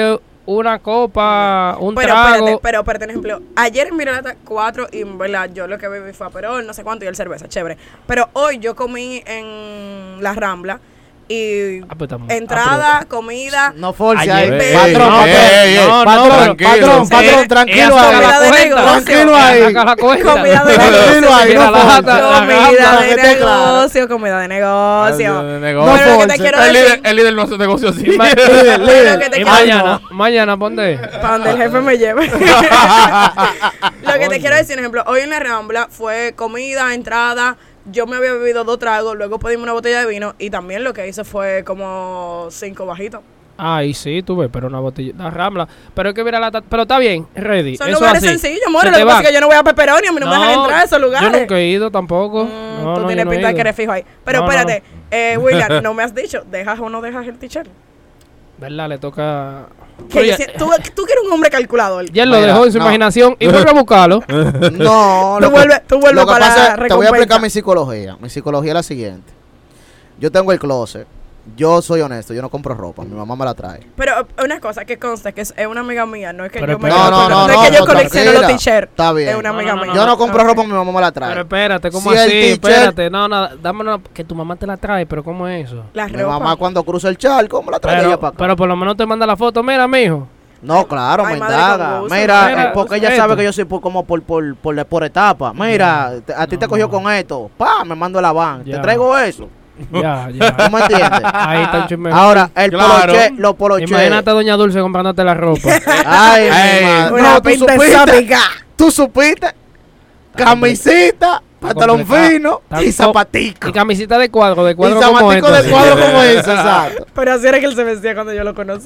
una copa, un pero trago. espérate, pero espérate, por ejemplo, ayer en Miralata cuatro y en verdad yo lo que bebí fue aperol, no sé cuánto y el cerveza, chévere. Pero hoy yo comí en la Rambla y Ah, pues, estamos- entrada, ah, comida, No force Ayer- ahí. Ey, Patrón, ey, patrón. ey, ey, No, no, Patrón, tranquilo. patrón, patrón, Eh, tranquilo ella saca ahí. la la cuenta, negocio. Tranquilo ahí. saca la cuenta. comida de Tranquilo ahí, Mira no la force. lata, la comida gamba. de que esté claro. negocio, comida de negocio. De Pero negocio. lo que te force. quiero El líder, decir, el líder no hace negocio así. Ma- Líder, lo líder. que te Y quiero- mañana, mañana, ponte. para donde el jefe me lleve. Lo que te quiero decir, por ejemplo, hoy en la Rambla fue comida, entrada. Yo me había bebido dos tragos, luego pedimos una botella de vino y también lo que hice fue como cinco bajitos. Ay, sí, tú ves, pero una botella, una Rambla. Pero es que mira la ta- pero está bien, ready. Son eso lugares así. sencillos, more. Se Lo te que pasa va. es que yo no voy a Pepperoni, a mí no, me dejan entrar a esos lugares. Yo nunca he ido tampoco. Mm, no, tú no, tienes yo no he pinta de que ido. eres fijo ahí. Pero No, no, espérate, Eh, William, no me has dicho, ¿dejas o no dejas el t-shirt? ¿Verdad? Le toca. Que Pero yo ya, si- tú, tú que eres un hombre calculador. ya él lo Mira, dejó en su no. imaginación y vuelve a buscarlo. No, Tú lo que- vuelves, tú vuelves lo que para pasa la es- te voy a recompensa. explicar mi psicología. Mi psicología es la siguiente. Yo tengo el closet. Yo soy honesto, yo no compro ropa. Mi mamá me la trae. Pero eh, una cosa que consta que es, es una amiga mía, no es que Pero yo me espera, No, no, no, no, no. es que yo no, colecciono tranquila. los t-shirts. Está bien. Es una No, amiga no, no, mía. Yo no compro Ok. ropa, mi mamá me la trae. Pero espérate, ¿cómo Si el así? t-shirt- Espérate, no, nada, dame una, que tu mamá te la trae, pero ¿cómo es eso? La Mi ropa. mamá cuando cruza el charco me la trae ella Pero, para acá. pero por lo menos te manda la foto, mira, mijo. No, claro, Ay, me madre, indaga. con gusto. Mira, Mira, eh, porque ella esto. sabe que yo soy por, como por, por, por, por etapa. Mira, te- a ti te No. cogió con esto. Pa, me mando la van. Ya. Te traigo eso. Ya, ya. ¿Tú me entiendes? Ahí está el chisme. Ahora, el Claro. poloche, los poloches. Imagínate a Doña Dulce comprándote la ropa. Ay, mi Ey, madre. una No, tú pinta supiste. exótica. Tú supiste. Camisita, pantalón complicado. fino Está y co- zapatico. Y camisita de cuadro, de Y cuadro como zapatico esta. de cuadro como ese, exacto. Pero así era que él se vestía cuando yo lo conocí.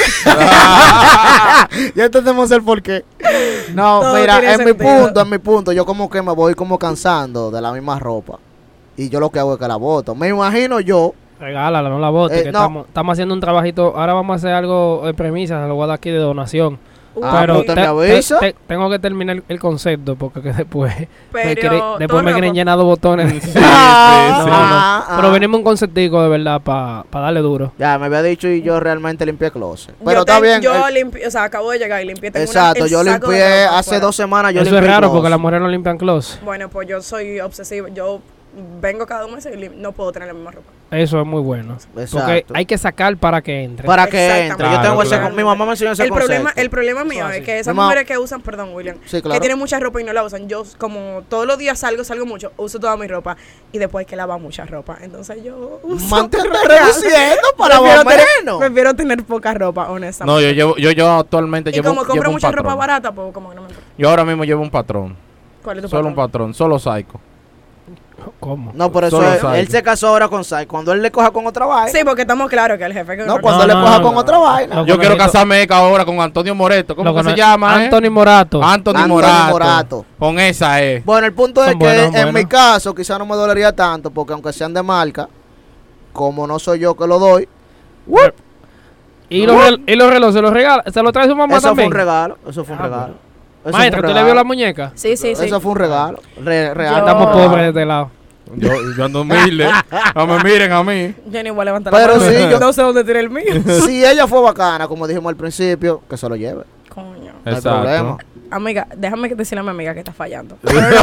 Ya entendemos el porqué. No, Todo mira, tiene en mi sentido. punto, en mi punto, yo como que me voy como cansando de la misma ropa. Y yo lo que hago es que la boto. Me imagino yo. Regálala, no la bote, Eh, que no. estamos, estamos haciendo un trabajito. Ahora vamos a hacer algo de premisa, se lo voy a dar aquí de donación. Ah, pero pues usted te- me avisa. te- te- tengo que terminar el, el concepto porque que después, me Pero quiere- todo después me quieren ropa. llenar de botones. Sí, Ah, sí, sí. No, no. ah, ah. Pero venimos un conceptico de verdad para darle duro. Ya, me había dicho y yo realmente limpié el closet. Pero yo está te- bien. Yo el- limpié, o sea, acabo de llegar y limpié. tengo una- exacto, el yo saco de limpié ropa hace afuera. dos semanas. Yo Eso es limpié el raro porque closet. las mujeres no limpian closet. Bueno, pues yo soy obsesiva. Yo vengo cada un mes y lim- no puedo tener la misma ropa. Eso es muy bueno. Exacto. Porque hay que sacar para que entre. Para que Exactamente. entre. Yo tengo Claro, ese. claro. Mi mamá me enseñó ese El problema, concepto. el problema mío Eso es así. que esas Mi ma- mujeres que usan, perdón, William, Sí, que claro. tienen mucha ropa y no la usan, yo como todos los días salgo, salgo mucho, uso toda mi ropa y después hay que lavar mucha ropa. Entonces yo uso Mantente ropa. reduciendo para Prefiero más tener- menos. Prefiero tener poca ropa, honestamente. No, yo llevo, yo, yo actualmente y llevo, como llevo compro un mucha patrón. ropa barata, pues como que no me importa. Yo ahora mismo llevo un patrón. ¿Cuál es tu Solo un patrón? patrón, solo psycho. ¿Cómo? No, por eso Solo es- Sai. él se casó ahora con Sai. Cuando él le coja con otra vaina. Sí, porque estamos claros que el jefe que No, uno- cuando No, le no, coja no, con no. otra vaina. No, Yo quiero conejito. casarme ahora con Antonio Moreto. ¿Cómo Lo que se cono- llama? eh? Anthony Morato. Anthony, Anthony Morato. Morato. Con esa es. Bueno, el punto es Son que buenos, en buenos. mi caso quizá no me dolería tanto porque aunque sean de marca, como no soy yo que lo doy, Y los, rel- y los relojes, ¿se los regala? ¿Se los trae su mamá eso también? fue un regalo. Eso fue un Ah, regalo. Eso Maestra, fue ¿tú un le vio la regalo. muñeca? Sí, sí, sí. Eso fue un regalo. Re- real. Yo- Estamos pobres de este lado. Yo, yo ando humilde. No me miren a mí. Yo ni voy a levantar Pero la mano. sí, yo- no sé dónde tiré el mío. Si ella fue bacana, como dijimos al principio, que se lo lleve. Coño. No hay problema. Amiga, déjame decirle a mi amiga que está fallando.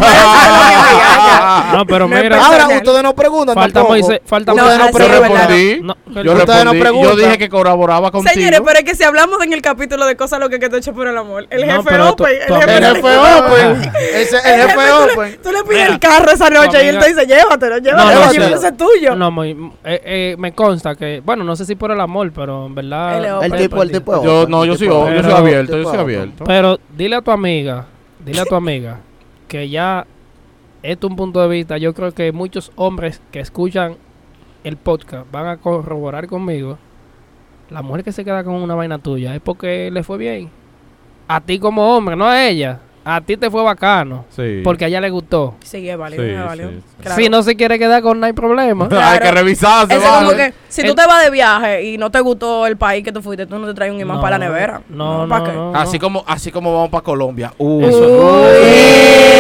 No, pero No es mira. personal. Ahora, ustedes no preguntan Falta tampoco. Moisés, falta No, Ustedes no así Yo es verdad. preguntan. respondí. No, yo Ustedes no respondí. Yo preguntan. dije que colaboraba contigo. Señores, pero es que si hablamos en el capítulo de cosas lo que que te eché por el amor, el No, jefe pero tú- Open, tú- el jefe, El no jefe le- Open. Ese- El jefe tú le- Open. Tú le pides Mira, el carro esa noche y él amiga- te dice, llévatelo, llévatelo, no, llévatelo, sí. ese es tuyo. No, muy- eh, eh, me consta que, bueno, no sé si por el amor, pero en verdad. El El Open. tipo, el tipo es Yo, Open, no, el yo soy, tipo yo es soy Pero- abierto, yo tipo soy Open. abierto. Pero dile a tu amiga, dile a tu amiga que ya esto es un punto de vista. Yo creo que muchos hombres que escuchan el podcast van a corroborar conmigo. La mujer que se queda con una vaina tuya es porque le fue bien. A ti como hombre, no a ella. A ti te fue bacano. Sí. Porque a ella le gustó. Sí, es válido, Sí, es válido. sí. Claro. Si no se quiere quedar con, no hay problema. Hay Claro. que revisarse, Eso es como vale. que si tú El- te vas de viaje y no te gustó el país que tú fuiste, tú no te traes un imán No, para la nevera. No, no, ¿Para qué? no, Así no. como, así como vamos para Colombia. Uh, Eso- Uy.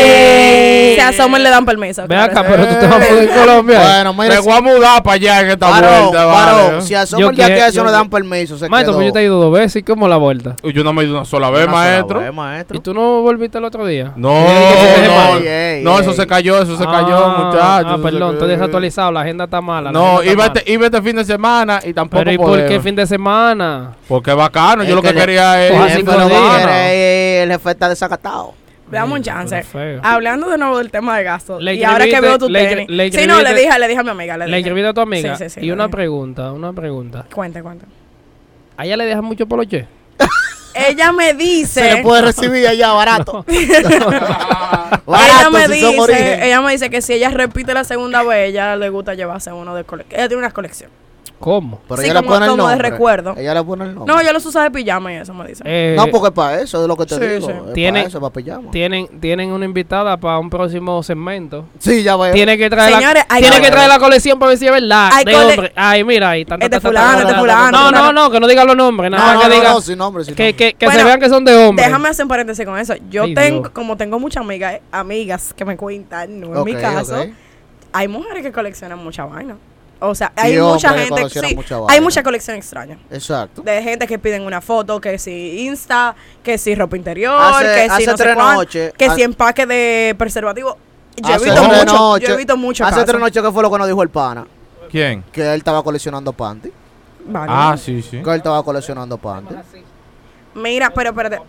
Eh, se asoman y le dan permiso. Ve claro, acá, sí. pero tú te vas a poder en Colombia. Bueno, mira, Me voy a mudar para allá en esta varón, vuelta, varón, vale. si a Yo Sommer de aquí quiero- a eso yo no dan quiero- permiso, se Maestro, quedó. pues yo te he ido dos veces. ¿Y cómo la vuelta? Uy, Yo no me he ido una sola vez, Una sola maestro. vez, maestro. ¿Y tú no volviste el otro día? No, Yo dije que fin de no, semana. Ey, ey, no, ey. eso se cayó, eso se cayó, Ah, muchachos. Ah, eso se perdón, cayó. estoy desactualizado. La agenda está mala. la No, agenda está iba mala. este, iba este fin de semana y tampoco Pero ¿y por podemos. qué fin de semana? Porque es bacano, Es yo lo que que le- quería El Coja es... cinco jefe no días. quiere, el jefe está desacatado. Veamos un Pero chance. feo. Hablando de nuevo del tema de gastos. Le Y ahora que escribiste- veo tu le- tenis. le Sí, no, le escribiste- dije, le dije a mi amiga. Le, Le dije. escribiste a tu amiga. Sí, sí, sí, y le una dije. pregunta, una pregunta. Cuenta, cuenta. ¿A ella le dejan mucho poloche? Ella me dice. Se le puede recibir allá barato. ella Barato, me si son origen. dice, ella me dice que si ella repite la segunda vez, ella le gusta llevarse uno de colección. Ella tiene una colección. ¿Cómo? Pero Sí, ella le como- pone el como de nombre. recuerdo. Ella le pone el nombre. No, yo los usa de pijama y eso me dice. Eh, No, porque es para eso, es lo que te Sí, digo. sí. Es Tiene- para eso, para pijama. tienen, tienen una invitada para un próximo segmento. Sí, ya veo. Tiene que traer, Señores, la, hay tiene cole- que traer la colección para ver si es verdad. Hay De cole- hombre. Ay, mira ahí. tan, tan, Es de tan, tan, fulano, tan, es de tan, fulano, No, no, fulano. no, que no digan los nombres. Nada No, más no, que no, digan no, sin nombre, sin que, nombre. que, que Bueno, se vean que son de hombres. Déjame hacer un paréntesis con eso. Yo Ay, tengo, Dios. como tengo muchas amigas, amigas que me cuentan, no en Ok, mi caso, ok. hay mujeres que coleccionan mucha vaina. O sea, hay Y mucha hombres que gente, coleccionan sí, mucha hay vaina. mucha colección extraña. Exacto. De gente que piden una foto, que si Insta, que si ropa interior, Hace- que si hace no sé tres cuán, noches, que ha- si empaque de preservativo. Yo he Hace visto tres mucho, noches- yo he visto mucho Hace casos. tres noches que fue lo que nos dijo el pana. ¿Quién? Que él estaba coleccionando panty. Vale. Ah, sí, sí. Que él estaba coleccionando panty. Mira, pero espérate.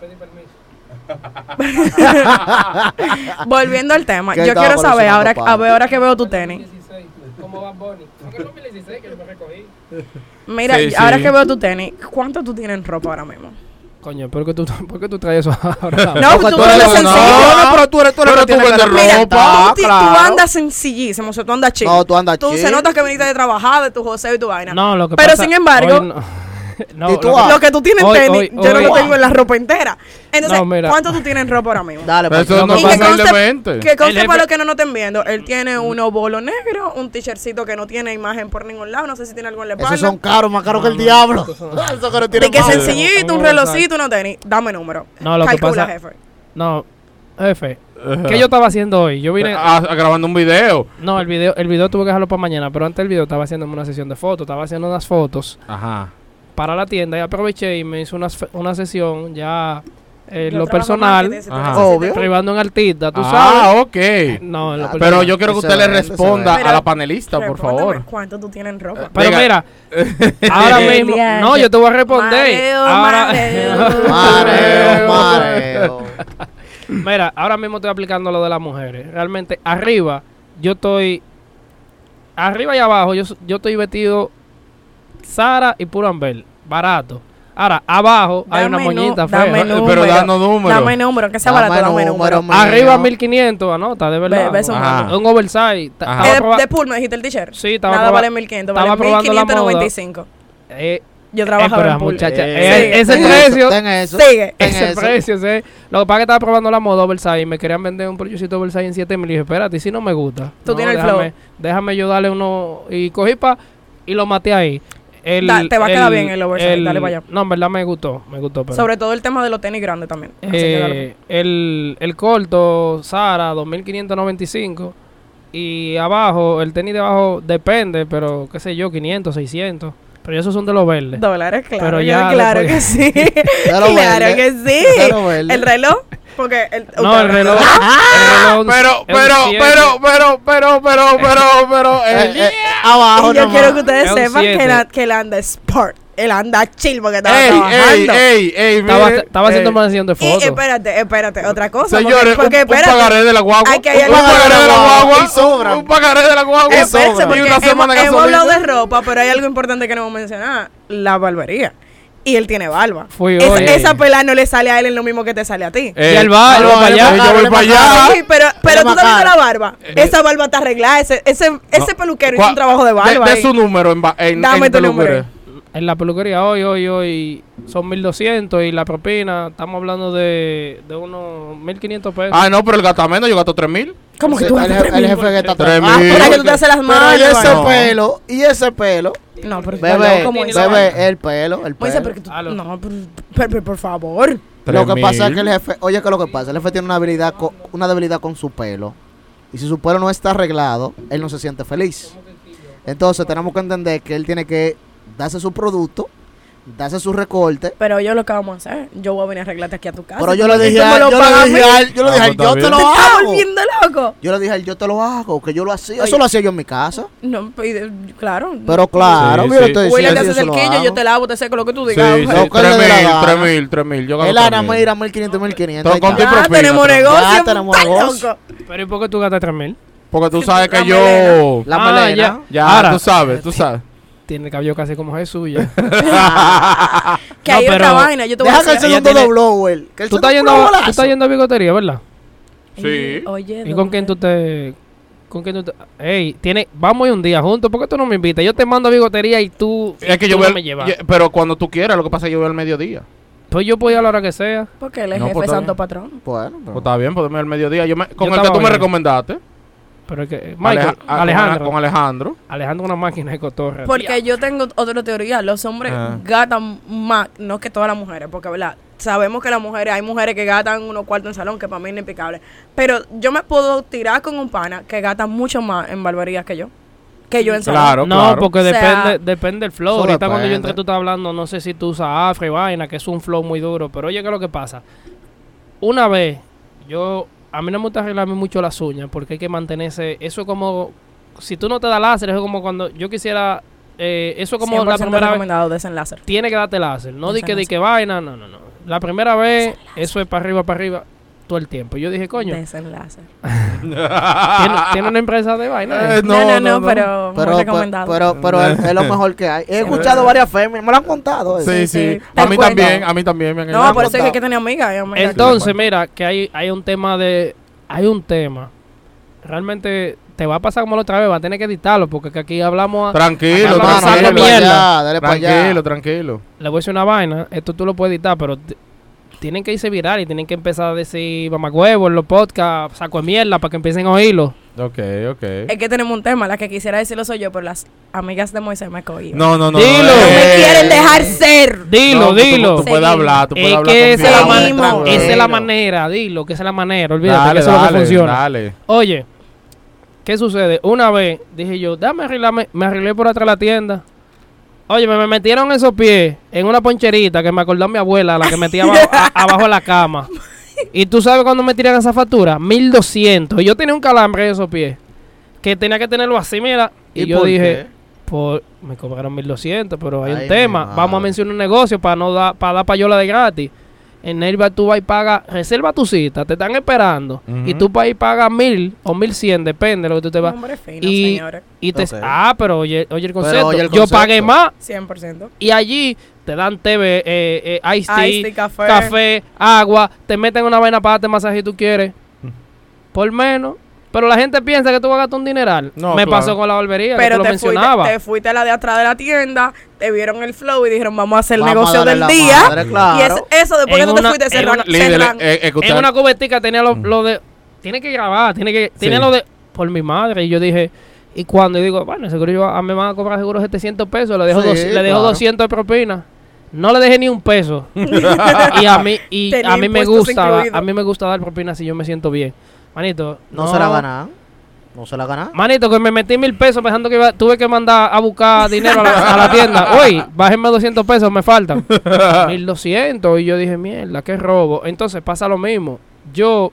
Volviendo al tema, Que yo estaba quiero saber ahora, coleccionando a ver, ahora que veo tu tenis. ¿Cómo va Bonnie? Fue en el dos mil dieciséis que yo me recogí. Mira, Sí, ahora sí. que veo tu tenis, ¿cuánto tú tienes en ropa ahora mismo? Coño, ¿por qué tú, por qué tú traes eso ahora? No, Porque tú, tú eres eres sencillo. No, no, pero tú eres tú eres Pero que tú tienes que vendes Mira, representar, tú, ti- tú claro. andas sencillísimo, o sea, tú andas chill. No, tú andas Tú chill. se nota que viniste de trabajar, de tu joseo y tu vaina. No, lo que Pero pasa- sin embargo, hoy no. No, ¿Y tú lo que- vas? lo que tú tienes en Hoy- tenis, hoy- yo no lo hoy- tengo en la ropa entera. Entonces, No, mira. ¿cuánto tú tienes en ropa ahora mismo? Dale, Pero pues. eso no Y pasa que conste, humildemente. que conste El para jefe- los que no nos estén viendo, él tiene unos bolos negros, un t-shirtcito que no tiene imagen por ningún lado, no sé si tiene algo en la espalda. Esos son caros, más caros que el No, no, diablo. esos son- Eso que no De tienen que madre. sencillito, un Vamos a relojcito, unos tenis. Dame número. No, lo que Calcula, pasa- jefe. No, jefe. ¿Qué yo estaba haciendo hoy? Yo vine... Ah, grabando un video. No, el video, el video tuve que dejarlo para mañana, pero antes del video estaba haciendo una sesión de fotos, estaba haciendo unas fotos Ajá. para la tienda y aproveché y me hice una, una sesión ya en Yo lo trabajo personal, marketing, si tú Ajá. necesitas. Obvio. privando en artista, tú ah, sabes. ok. No, en lo Ah, personal. Pero yo quiero que usted le Excelente, responda excelente. a la panelista, por Respóndeme, favor. ¿cuánto tú tienes en ropa? Pero Venga. mira, ahora Eh, mismo, Eliana. no, yo te voy a responder. Mareo, Ahora- mareo. Mareo, mareo. Mira, ahora mismo estoy aplicando lo de las mujeres. Realmente, arriba, yo estoy. Arriba y abajo, yo, yo estoy vestido Sara y Pull&Bear, barato. Ahora, abajo hay una Dame moñita nu- fea. dame Pero número. dando número. Dame número, que sea Dame barato, dame número, número. mío. Arriba mil quinientos, anota, de verdad. Ve- ve su Ajá. mano. Un oversize. Ta- Ajá. estaba Eh, de, proba- de pool me dijiste el t-shirt. Sí, estaba Nada proba- vale mil quinientos, estaba vale mil probando la quinientos moda. noventa y cinco. eh, Yo eh, trabajaba pero en pool. muchacha, Eh, eh, ese ten precio, eso, ten eso. Sigue. ten ese eso. precio, ese- lo que pasa es que estaba probando la moda oversize y me querían vender un proyecto oversize en siete mil y dije, espérate, y si no me gusta. Tú No, tienes el déjame, flow. Déjame yo darle uno y cogí pa y lo maté ahí. El, Da- te va a quedar bien el oversize, dale para allá. No, en verdad me gustó, me gustó. Pero, Sobre todo el tema de los tenis grandes también. Así que dale. eh, el, el corto, Sara, dos mil quinientos noventa y cinco. Y abajo, el tenis de abajo depende, pero qué sé yo, quinientos, seiscientos. Pero esos son de los verdes. Dólares, claro. Pero que- ya claro después- que sí. Pero claro verde. que sí. Pero verde. El reloj. Porque el, No, el reloj. el reloj Pero, es un pero, siete. pero, pero, pero, pero, pero, pero, Eh, el- eh, abajo Y yo nomás. quiero que ustedes Es un sepan que, siete. la, que él anda sport. Él anda chill porque estaba Ey, ey, trabajando. ey, ey, Estaba, mire, estaba haciendo ey. una sesión de Y fotos. espérate, espérate, otra cosa. Señores, porque, porque un, un espérate. pagaré de la guagua. Hay que- hay un algo- pagaré de la guagua. Y sobra. Un pagaré de la guagua. Espérense, Y porque una semana de hemos, hemos hablado de gasolina. ropa, pero hay algo importante que no hemos mencionado. La barbería. Y él tiene barba. Fui Esa, hoy. esa pela no le sale a él en lo mismo que te sale a ti. Eh, Y al bar, ah, él va para allá. eh, Yo voy Él para es allá. Sí, pero, pero tú más también caro. la barba. Esa barba está arreglada. Ese, ese, ese peluquero hizo ¿Cuál- un trabajo de barba. De, ahí. su número en, ba- en Dame en tu peluquería. número. En la peluquería hoy, hoy, hoy son mil doscientos y la propina, estamos hablando de, de unos mil quinientos pesos. Ah, no, pero el gatameno yo gasto tres mil. ¿Cómo que Sí, tú el, haces jefe- tres el mil? jefe que está Tres atrás. Ah, mil. para que tú te haces las Pero manos. y ese No. pelo, y ese pelo, No, pero bebé, ¿cómo es? bebé, el pelo, el Moisés, pelo. porque tú, Aló. no, pero, pero- pero por favor. Lo que tres pasa es mil. que el jefe, oye, ¿qué es lo que pasa? El jefe tiene una habilidad, co- una debilidad con su pelo. Y si su pelo no está arreglado, él no se siente feliz. Entonces tenemos que entender que él tiene que darse su producto, darse su recorte. Pero yo lo que vamos a hacer, yo voy a venir a arreglarte aquí a tu casa. Pero yo Tú le me- dije tú me a lo yo pagas a le mí. dije a él, yo le Ah, dije a él, pues yo está te lo ¿Te estás hago. volviendo loco? Yo le dije a él, yo te lo hago, que yo lo hacía. Oye. Eso lo hacía yo en mi casa. No, pide- claro. Pero claro, Sí, mira, sí. estoy William te diciendo, hace yo se lo cerquillo, hago. yo te lavo, te seco lo que tú Sí, digas. sí, mujer. Lo que le dé la tres mil, gana. tres mil, tres mil. Yo gano El tres Ana mil. mira mil quinientos, mil quinientos. Todo con tu Ya propina, tenemos pero- negocio. Ya tenemos estás negocio. loco. Pero ¿y por qué tú gastas tres mil? Porque tú sabes que La yo... La Ah, melena. ya. Ya, Ahora, tú sabes, tú sabes. Tiene el cabello casi como Jesús ya. Que No, hay otra pero- vaina, yo te voy a Deja que el decir. ella segundo tiene- dobló, güey. Que el tú, estás segundo yendo, golazo. tú estás yendo a bigotería, ¿verdad? Sí. Oye, ¿Y con quién tú te...? ¿Con quién tú te...? Ey, tiene, vamos a ir un día juntos. ¿Por qué tú no me invitas? Yo te mando a bigotería y tú, Es que tú yo no voy al- me llevas. yo- pero cuando tú quieras, lo que pasa es que yo voy al mediodía. Pues yo puedo ir a la hora que sea. Porque él es No, jefe pues, está santo bien. patrón. Bueno, Pues pero- está bien, podemos ir al mediodía. Yo me- con el que estaba tú me bien. recomendaste. Pero es que... Michael, Aleja- ah, con Alejandro. Ale- Con Alejandro. Alejandro es una máquina de cotorra. Porque yo tengo otra teoría. Los hombres Ah. gatan más, no que todas las mujeres, porque, ¿verdad? Sabemos que las mujeres, hay mujeres que gatan unos cuartos en salón, que para mí es impecable. Pero yo me puedo tirar con un pana que gata mucho más en barberías que yo. Que yo en salón. Claro, No, claro. porque O sea, depende, depende del flow. eso Ahorita cuando yo depende. entré tú estabas hablando, no sé si tú usas afro y vaina, que es un flow muy duro. Pero oye, ¿qué es lo que pasa? Una vez, yo, a mí no me gusta arreglarme mucho las uñas, porque hay que mantenerse, eso es como, si tú no te das láser, eso es como cuando yo quisiera, eh, eso es como cien por la ciento primera vez, recomendado desenlace. tiene que darte láser. No di que, di Desenlace. que vaina, no, no, no. La primera vez, eso es para arriba, para arriba, todo el tiempo. Yo dije, coño, Desenlace. ¿tiene, tiene una empresa de vaina. Eh, No, no, no, no. pero, Pero, muy pero, recomendado. pero, pero es, es lo mejor que hay. He escuchado varias féminas, me lo han contado. eh. Sí, Sí, sí. sí. A Te mí cuento. también, a mí también me han no, engañado. por eso es que hay contado. que tener amigas. y amigas. Entonces, mira, que hay, hay un tema de, hay un tema, realmente te va a pasar como la otra vez, va a tener que editarlo, porque que aquí hablamos, a- Tranquilo, Acá Hermano, hablamos dale saco tranquilo. para mierda. allá, dale para allá. Tranquilo, tranquilo. le voy a decir una vaina, esto tú lo puedes editar, pero t- tienen que irse viral y tienen que empezar a decir mamagüevo en los podcasts, saco de mierda, para que empiecen a oírlo. Ok, ok. Es que tenemos un tema, la que quisiera decirlo soy yo, pero las amigas de Moisés me cogían. No, no, no. Dilo. No me eh. quieren dejar ser. Dilo, No, tú- dilo. Tú, puedes Seguimos. hablar, tú puedes Es hablar que esa es, la confiado. man- Seguimos. esa es la Tranquilo. manera, dilo, que esa es la manera, olvídate Dale, que eso es lo que dale, funciona. dale. Oye, ¿qué sucede? Una vez dije yo, dame arreglarme, me arreglé por atrás de la tienda. Oye, me, me metieron esos pies en una poncherita que me acordó mi abuela, la que metía abajo, a- abajo de la cama. Y tú sabes cuando me tiran esa factura, mil doscientos. Y yo tenía un calambre en esos pies, que tenía que tenerlo así, mira. Y, ¿Y yo por dije, qué? por, me cobraron mil doscientos, pero hay Ay, un tema. mi Vamos a madre. mencionar un negocio para no dar, para dar payola de gratis. En Nerva tú vas y pagas, reserva tu cita, te están esperando. Ujú. Y tú vas y pagas mil o mil cien, depende de lo que tú te vas. Hombre fino, Y, señores. y te Ok. ah, pero oye, oye el concepto. oye el Yo concepto. pagué más cien por ciento. y allí te dan T V, eh, eh, iced tea, Ice tea, café. café, agua, te meten una vaina para darte masaje si tú quieres. Por menos. Pero la gente piensa que tú vas a gastar un dineral. No, Me claro. pasó con la barbería, que Pero tú lo te fuiste, mencionabas. te fuiste a la de atrás de la tienda, te vieron el flow y dijeron, vamos a hacer el Vamos a negocio darle del la día. madre, claro. Y es, eso, después En que tú te una- fuiste, en cerran, una- Líder, cerran. eh, eh, que usted- En una cubetica tenía lo, Mm. lo de... Tiene que grabar, tiene que... Tiene Sí. lo de... Por mi madre. Y yo dije... Y cuando y digo, bueno, seguro yo, a mí me van a cobrar seguro setecientos pesos. Le dejo, Sí, dos- le dejo claro. doscientos de propina. No le dejé ni un peso. y a mí, y Tenía a mí me impuestos gusta, incluidos. a mí me gusta dar propina si yo me siento bien. Manito, No, se la ganan. No se la ganan. Manito, que me metí mil pesos pensando que iba, tuve que mandar a buscar dinero a la, a la tienda. Oye, bájenme doscientos pesos, me faltan. mil doscientos. Y yo dije, mierda, qué robo. Entonces pasa lo mismo. Yo,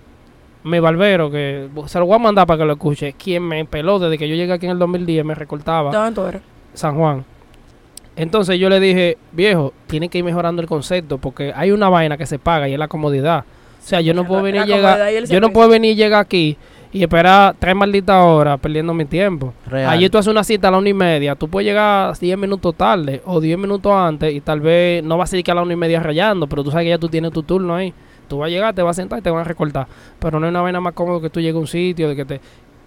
mi barbero, que se lo voy a mandar para que lo escuche, quien me peló desde que yo llegué aquí en el dos mil diez, me recortaba ¿Dónde tú eres? San Juan. Entonces yo le dije, viejo, tiene que ir mejorando el concepto porque hay una vaina que se paga y es la comodidad. O sea, yo no La- puedo venir la y llegar, comodidad y el yo no servicio. puedo venir y llegar aquí y esperar tres malditas horas perdiendo mi tiempo. Real. Allí tú haces una cita a la una y media, tú puedes llegar diez minutos tarde o diez minutos antes y tal vez no vas a ir que a la una y media rayando, pero tú sabes que ya tú tienes tu turno ahí. Tú vas a llegar, te vas a sentar y te van a recortar. Pero no hay una vaina más cómodo que tú llegues a un sitio, de que te...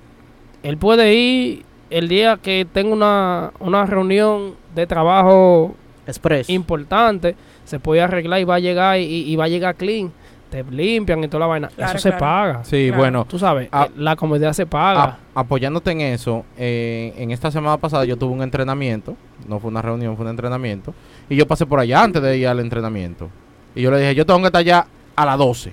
Él puede ir el día que tenga una, una reunión de trabajo Express. importante, se puede arreglar y va a llegar y, y va a llegar clean. Te limpian y toda la vaina. Claro, Eso se claro. paga. Sí, Claro. bueno. Tú sabes, Ah, eh, la comodidad se paga. A- apoyándote en eso, eh, en esta semana pasada yo tuve un entrenamiento, no fue una reunión, fue un entrenamiento, y yo pasé por allá antes de ir al entrenamiento. Y yo le dije, yo tengo que estar allá a las doce.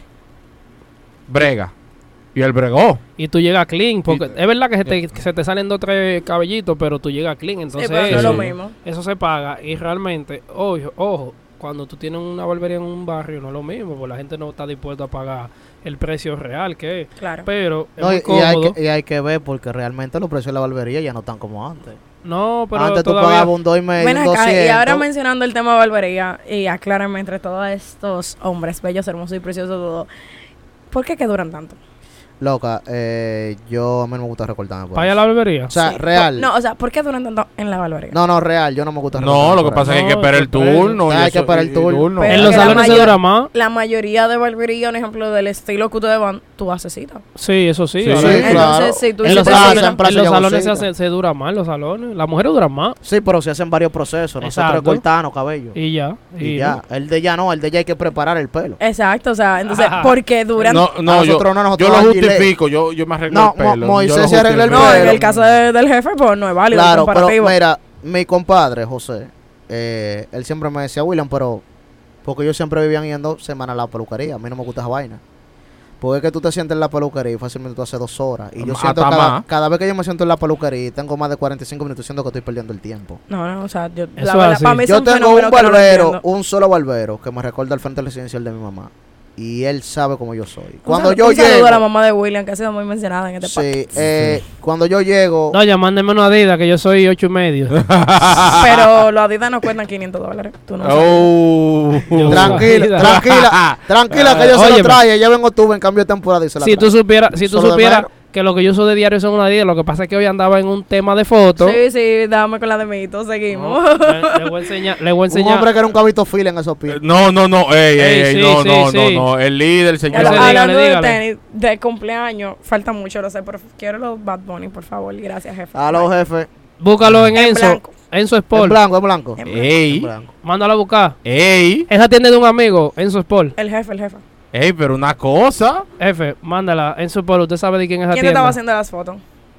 Brega. Y él bregó. Y tú llegas clean, porque Y- es verdad que se te, que se te salen dos o tres cabellitos, pero tú llegas clean, Sí, entonces pero no es eso, lo mismo. eso se paga. Y realmente, ojo, ojo, cuando tú tienes una barbería en un barrio no es lo mismo, porque la gente no está dispuesta a pagar el precio real que es. Claro. Pero es No, muy y, y hay cómodo. que, y hay que ver porque realmente los precios de la barbería ya no están como antes. No, pero antes tú todavía... pagabas un dos y medio, Ven un acá, y doscientos. ahora mencionando el tema de barbería, y aclárame entre todos estos hombres bellos, hermosos y preciosos, todo, ¿por qué que duran tanto? Loca, eh, yo a mí no me gusta recortarme por ¿Para ir a eso. la barbería? O sea, Sí, real. por- no, o sea, ¿por qué duran tanto en la barbería? No, no, real, yo no me gusta recortarme. No, lo que por pasa eso. es que hay que esperar el No, el turno. y Hay que eso- esperar el y- y turno. Pero En los que la salones se mayor- dura más. La mayoría de barbería, un ejemplo del estilo que ustedes van, tú haces cita. Sí, eso sí. Sí, ahora- Sí, Entonces, claro. si tú en hiciste los plaza, cita- salones, en plaza en los ya salones se, bolsita. hace- se dura más los salones. Las mujeres duran más. Sí, pero se hacen varios procesos. Nosotros Exacto. cortamos cabello. Y, Y ya. Y, ya. El de ya no, el de ya hay que preparar el pelo. Exacto, o sea, entonces, Ajá. ¿por qué duran? No, A no, yo, nosotros no, nosotros yo lo vamos a Gillette. justifico. Yo, yo me arreglo No, el Mo- pelo. Moisés yo lo se arregla el justifico. No, en pero- el caso de- del jefe, pues no es válido el Claro, pero comparativo. mira, mi compadre, José, eh, él siempre me decía, William, pero porque ellos siempre vivían yendo semana a la peluquería. A mí no me gusta esa vaina. Porque es que tú te sientes en la peluquería y fácilmente tú haces dos horas. Y yo Hasta siento cada, más. cada vez que yo me siento en la peluquería y tengo más de cuarenta y cinco minutos, siento que estoy perdiendo el tiempo. No, no, o sea, yo, Eso la verdad, así. para mí es Yo un tengo fenómeno un que no lo barbero, entiendo. un solo barbero, que me recuerda al frente residencial de mi mamá. Y él sabe cómo yo soy. Un Cuando sal- yo un saludo llego... a la mamá de William, que ha sido muy mencionada en este Sí, eh, cuando yo llego... No, ya mándenme una Adidas, que yo soy ocho y medio. podcast. Pero los Adidas no cuestan quinientos dólares. Tú no sabes. Oh. Yo- Tranquila, Adidas. tranquila, tranquila que yo se Óyeme. lo trae. Ya vengo tú en cambio de temporada y se la Si tú trae. supieras, si tú Solo de supieras menos. que lo que yo uso de diario son una Adidas, lo que pasa es que hoy andaba en un tema de fotos. Sí, sí, dame con la de Mito, seguimos. No, le, le voy a enseñar, le voy a Un enseñar. hombre que era un cabito fil en esos pies. No, no, no, ey, ey, Ey, ey, sí, no, sí, no, sí. no, no, el líder, señor. Ese Habla- dígale, Hablando de dígale. tenis, de cumpleaños, falta mucho, lo sé, pero quiero los Bad Bunny, por favor. Gracias, jefe. A los jefes. Búscalo en En Enzo, blanco. Enzo En Sport. blanco, en blanco. En En Ey, blanco. Mándalo a buscar. ey, Esa tienda de un amigo, Enzo Sport. El jefe, el jefe. ey, pero una cosa. F, mándala. Enzo Sport, usted sabe de quién es esa ¿Quién te tienda. estaba haciendo las fotos?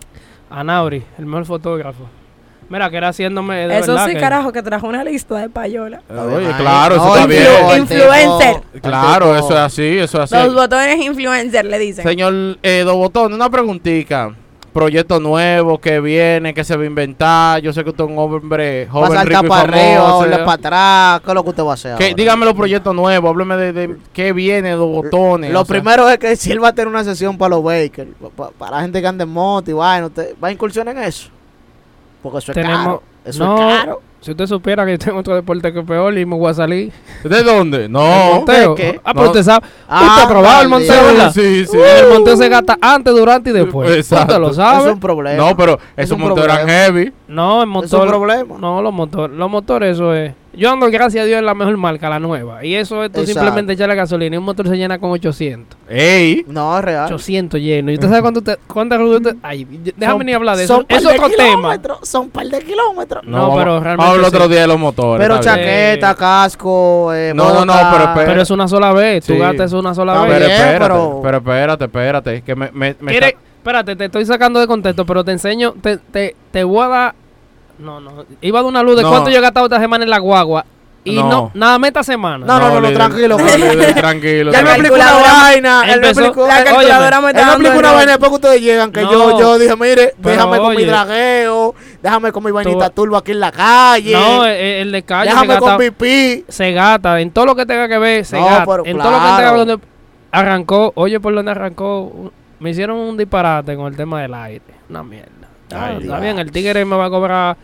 Anauri, el mejor fotógrafo. Mira, que era haciéndome de Eso verdad sí, que- carajo, que trajo una lista de payola. Oye, Ay, claro, eso no, está el bien. tipo, el Influencer. tipo- el Claro, tipo- eso es así, eso es así. Los botones influencer, le dicen. Señor eh, Dos Botones, una preguntita. Proyecto nuevo que viene, que se va a inventar. Yo sé que usted es un hombre Va a joven, rico saltar y para arriba, famoso. volver para atrás. ¿Qué es lo que usted va a hacer Que, ahora? dígame los proyectos nuevos, hábleme de, de qué viene, Dos Botones. Lo o sea. primero es que si él va a tener una sesión para los bakers, pa- pa- para la gente que anda en moto y vaina, ¿usted va a incursionar en eso? Porque eso es Tenemos- caro. Eso no, es caro. Si usted supiera que yo tengo otro deporte que es peor y me voy a salir. ¿De dónde? ¿El No. monteo? ¿de qué? Ah, pero No. usted sabe. Ah, usted ha probado el dale. monteo, ¿verdad? Sí, sí. El monteo se gasta antes, durante y después. Exacto. Usted lo Eso sabe. es un problema. No, pero Es esos un motores eran problema. heavy. No, el Es un motor. problema. No, los motores. Los motores, eso es. Yo ando, gracias a Dios, en la mejor marca, la nueva. Y eso es tú Exacto. simplemente echarle gasolina y un motor se llena con ochocientos. Ey. No, es real. ochocientos lleno. ¿Y usted sabe cuánto te, cuántas ruedas? Ay, déjame Son- ni hablar de eso. son Es par de otro tema. kilómetros, Son par de kilómetros. No, vamos- pero realmente Vamos al otro sí. día de los motores. Pero está bien. chaqueta, casco, eh, No, no, no, bota. pero espera. Pero es una sola vez. Tú Sí. gastas una sola Está vez. Pero bien, espérate, pero- pero espérate, espérate. Que me, me, me ¿Quiere- está- Espérate, te estoy sacando de contexto, pero te enseño, te, te, te voy a dar... No, no, iba a dar una luz de No. cuánto yo he gastado esta semana en la guagua. Y no, No. nada más esta semana. No, no, no, no, líder, tranquilo, no, tranquilo. líder, tranquilo. Ya él me La explicó una calculadora- vaina. Él me Empezó- explicó, La Eh, calculadora me él está me dando explicó una error. vaina después que ustedes llegan. Que No. yo, yo dije, mire, Pero déjame con mi oye. dragueo, déjame con mi vainita Tú- turbo aquí en la calle. No, el, el de calle se déjame con gasta, pipí. se gasta. En todo lo que tenga que ver, se No, gasta. pero En todo lo que claro. tenga que ver donde arrancó. Oye, por donde arrancó. Me hicieron un disparate con el tema del aire. Una mierda. Ah, Ay, está Dios. bien, el tigre me va a cobrar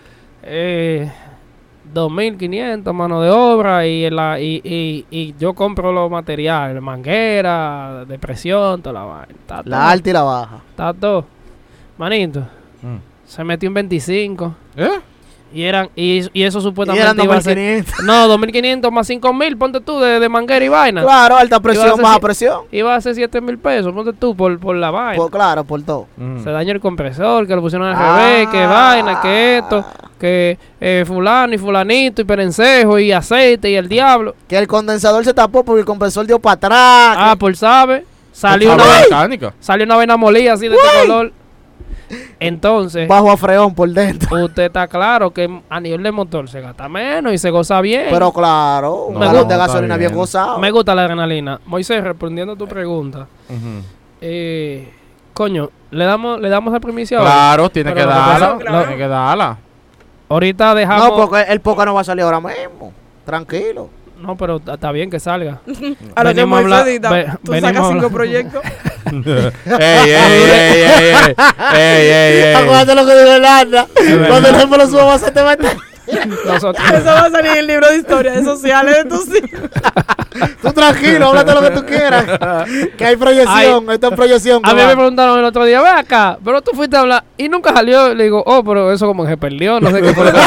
eh, dos mil quinientos mano de obra y, la, y, y, y yo compro los materiales, manguera, de presión, toda la vaina. Está todo. La alta y la baja. Está todo. Manito, Mm. se metió en veinticinco. ¿Eh? Y eran y, y eso Y supuestamente eran iba a dos mil ser... quinientos. No, dos mil quinientos más cinco mil, ponte tú, de, de manguera y vaina. Claro, alta Iba a presión, ser baja si- presión. Iba a ser siete mil pesos, ponte tú, por, por la vaina. Por, claro, por todo. Mm. Se dañó el compresor, que lo pusieron al Ah. revés, que vaina, que esto, que eh, fulano y fulanito y perencejo y aceite y el diablo. Que el condensador se tapó porque el compresor dio para atrás. Ah, por sabe, salió Ah, una, bueno, vaina- mecánica. salió una vaina molida así de este color. Entonces, Bajo a freón por dentro. usted está claro que a nivel de motor se gasta menos y se goza bien. Pero claro, un No, galón de está gasolina bien, bien. gozado. Me gusta la adrenalina. Moisés, respondiendo a tu pregunta, Ujú. eh, coño, le damos le damos la primicia hoy? Claro, tiene Pero que lo que darla. pasa- claro. Tiene que darla. Ahorita dejamos... No, porque el poca no va a salir ahora mismo. Tranquilo. No, pero está está bien que salga. A lo que Venimos a Moisés hablar- edita, ve- tú venimos sacas a cinco hablar- proyectos. ey, ey, ey, ey, ey, ey, ey, ey. Acuérdate lo que dijo Elanda. verdad. Cuando el ejemplo lo subamos a te meter. Nosotros, Eso va a salir en el libro de historia de sociales de tus hijos. Tú tranquilo, háblate lo que tú quieras. Que hay proyección, esto es proyección. a que mí va. me preguntaron el otro día, ve acá, pero tú fuiste a hablar y nunca salió. Le digo, oh, pero eso como que se perdió, no sé qué fue lo que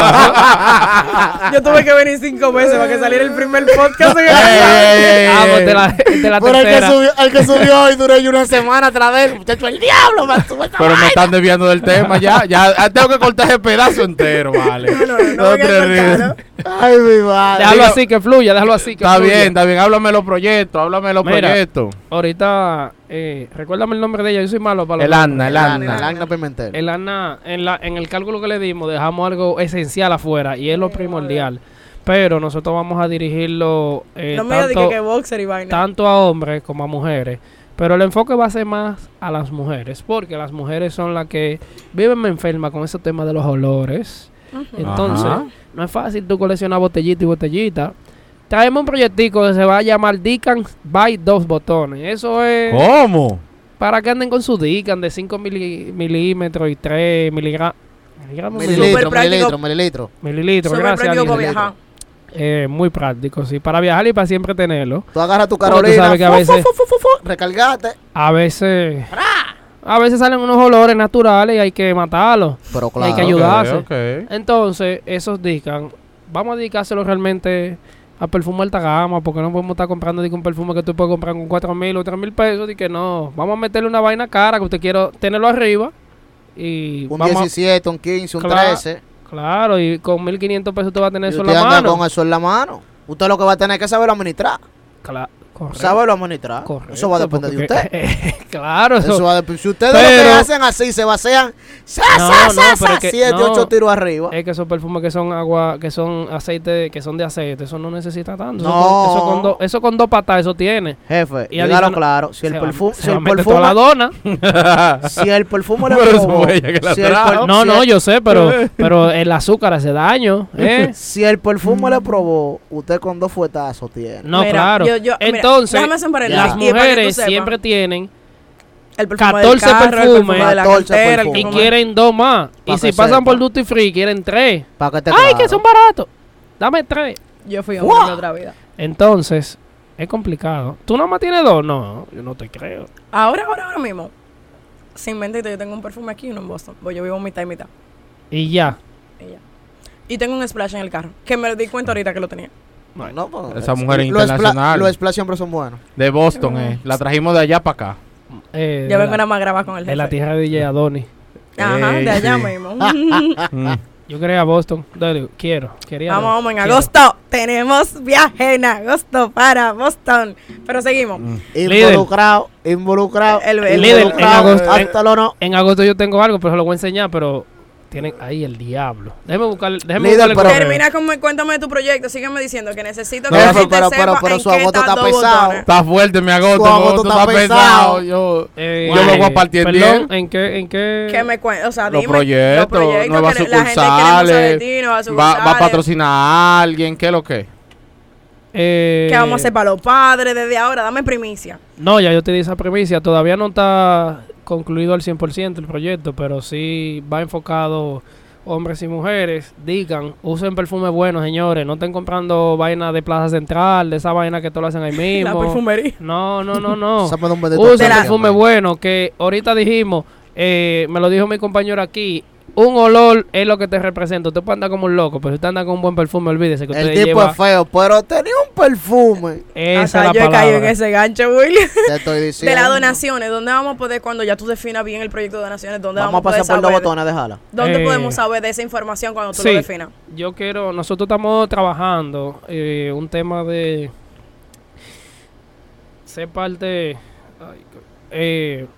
pasó. Yo tuve que venir cinco meses para que saliera el primer podcast en el Ey, ey, ey, Ah, pues ey. de la, de la Pero el que, tercera. subió, el que subió hoy duró yo una semana atrás de él. Muchacho, el diablo, man, sube esa Pero me vaina. están desviando del tema ya. Ya ah, tengo que cortar ese pedazo entero, vale. No, no, no, no voy a te cortar, ríes. ¿no? Ay, mi madre. Déjalo Digo- así que fluya, déjalo así que Está fluya. bien, está bien. Háblame los proyectos, háblame los Mira. proyectos. Ahorita, eh, recuérdame el nombre de ella, yo soy malo para los El Anna, el El Anna. Agna Pimentel. El Ana, en, la, en el cálculo que le dimos, dejamos algo esencial afuera y es lo primordial. Pero nosotros vamos a dirigirlo eh, No me digas tanto, que, que boxer y vaina. tanto a hombres como a mujeres. Pero el enfoque va a ser más a las mujeres, porque las mujeres son las que viven enfermas con ese tema de los olores. Ujú. Entonces, Ajá. no es fácil tú coleccionar botellita y botellita. Traemos un proyectico que se va a llamar Dican by dos botones. Eso es ¿Cómo? para que anden con su Dican de cinco mili- milímetros y tres miligramos. Miligramos, Súper Mililitro, práctico. mililitro, mililitro. mililitros, Súper gracias. práctico para Lili. viajar. Eh, muy práctico, sí. Para viajar y para siempre tenerlo. Tú agarras tu Porque tú Carolina, sabes que a fu, veces- fu, fu, fu, fu, recargate. A veces... A veces salen unos olores naturales y hay que matarlos. Pero Y hay claro. que ayudarse. Ok, ok. Entonces, esos Dican, vamos a dedicárselo realmente a perfume alta gama, porque no podemos estar comprando dique, un perfume que tú puedes comprar con cuatro mil o tres mil pesos. Y que no, vamos a meterle una vaina cara que usted quiere tenerlo arriba. Y Un vamos a- diecisiete, un quince, un Claro. trece. claro, y con mil quinientos pesos usted va a tener Y eso en usted la anda mano. con eso en la mano. Usted lo que va a tener que saberlo administrar. Cla- correcto, Saberlo administrar. correcto, Eso va a depender de porque- usted. claro, eso. Eso va a depender. Si ustedes Pero- lo que hacen así, se basean. ¡Sa, No, sa, no, sa, pero sa! es que- Siete, no. ocho tiros arriba. Es que esos perfumes que son agua, que son aceite, que son de aceite, eso no necesita tanto. Eso No. con- Eso con, dos- eso con dos patas, eso tiene. Jefe, Y dígalo adiciona- claro. Si el Se va- perfume. se Si va a el meter toda la perfume. dona. Si el perfume le Pero eso probó. fue ella que la si el trajo. per- No, si no, el- yo sé, pero, pero el azúcar hace daño, ¿eh? Si el perfume le probó, usted con dos fuetazos tiene. No, Mira, claro. yo- yo- mira, Entonces, déjame hacer un paréntesis, las y para que tú mujeres sepas, siempre tienen el perfume catorce del carro, el perfumes, perfume de la catorce cartera, el perfumes. y perfume- quieren dos más. Pa' Y si que pasan sepa. por Duty Free, quieren tres. Para que te ¡Ay, claro. que son baratos! Dame tres. Yo fui hombre ¡Wow! en otra vida. Entonces, es complicado. ¿Tú nomás tienes dos? No, yo no te creo. Ahora, ahora, ahora mismo. Sin mentirte, yo tengo un perfume aquí y uno en Boston. Pues yo vivo mitad y mitad. Y ya. Y ya. Y tengo un splash en el carro. Que me di cuenta ahorita que lo tenía. No, pues, Esa mujer los spla- internacional. Los splash siempre son buenos. De Boston, eh. La trajimos de allá para acá. Eh, Yo de vengo la- nada más a grabar con el de la jefe. tierra de D J Adonis. Ajá, Ey, de allá sí. mismo. Mm. Yo quería Boston. Dale, quiero. Quería Vamos, vamos, en quiero. agosto tenemos viaje en agosto para Boston. Pero seguimos. Mm. Involucrado, involucrado. El- el líder, involucrado, en agosto- hasta lo no. En agosto yo tengo algo, pero se lo voy a enseñar, pero tienen ahí el diablo. Déjeme buscar, déjeme Líder, buscar el pero- correo. Termina con, cuéntame de tu proyecto. Sígueme diciendo que necesito No, que la pero- gente pero- sepa pero- pero en su qué agosto están está dos pesado. botones. Está fuerte mi agosto. Tu mi agosto agosto está está pesado. pesado. Yo, Eh, yo me voy a partir en perdón, diez. ¿en qué? ¿En qué? Que me cuente, o sea, Los dime proyectos, nuevas que la gente quiere saber de sucursales. ti, nuevas Va, va a sucursales. patrocinar a alguien. ¿Qué es lo que? Eh, ¿Qué vamos a hacer para los padres desde ahora? Dame primicia. No, ya yo te di esa primicia. Todavía no está concluido al cien por ciento el proyecto, pero sí va enfocado hombres y mujeres. Digan, usen perfume bueno, señores. No estén comprando vaina de Plaza Central, de esa vaina que todo lo hacen ahí La mismo. perfumería. No, no, no, no. Sácame de un bendito Usen De la- perfume bueno, que ahorita dijimos, eh, me lo dijo mi compañero aquí, un olor es lo que te representa. Usted puede andar como un loco, pero si usted anda con un buen perfume, olvídese que El usted tipo lleva es feo, pero tenía un perfume. esa Hasta es la yo he caído en palabra. ese gancho, William. Te estoy De diciendo. las donaciones, ¿dónde vamos a poder, cuando ya tú definas bien el proyecto de donaciones, dónde Vamos vamos, a pasar poder por dos saber? botones, déjala. ¿Dónde Eh, podemos saber de esa información cuando tú sí. lo definas? Yo quiero, nosotros estamos trabajando eh, un tema de ser parte, ay, eh,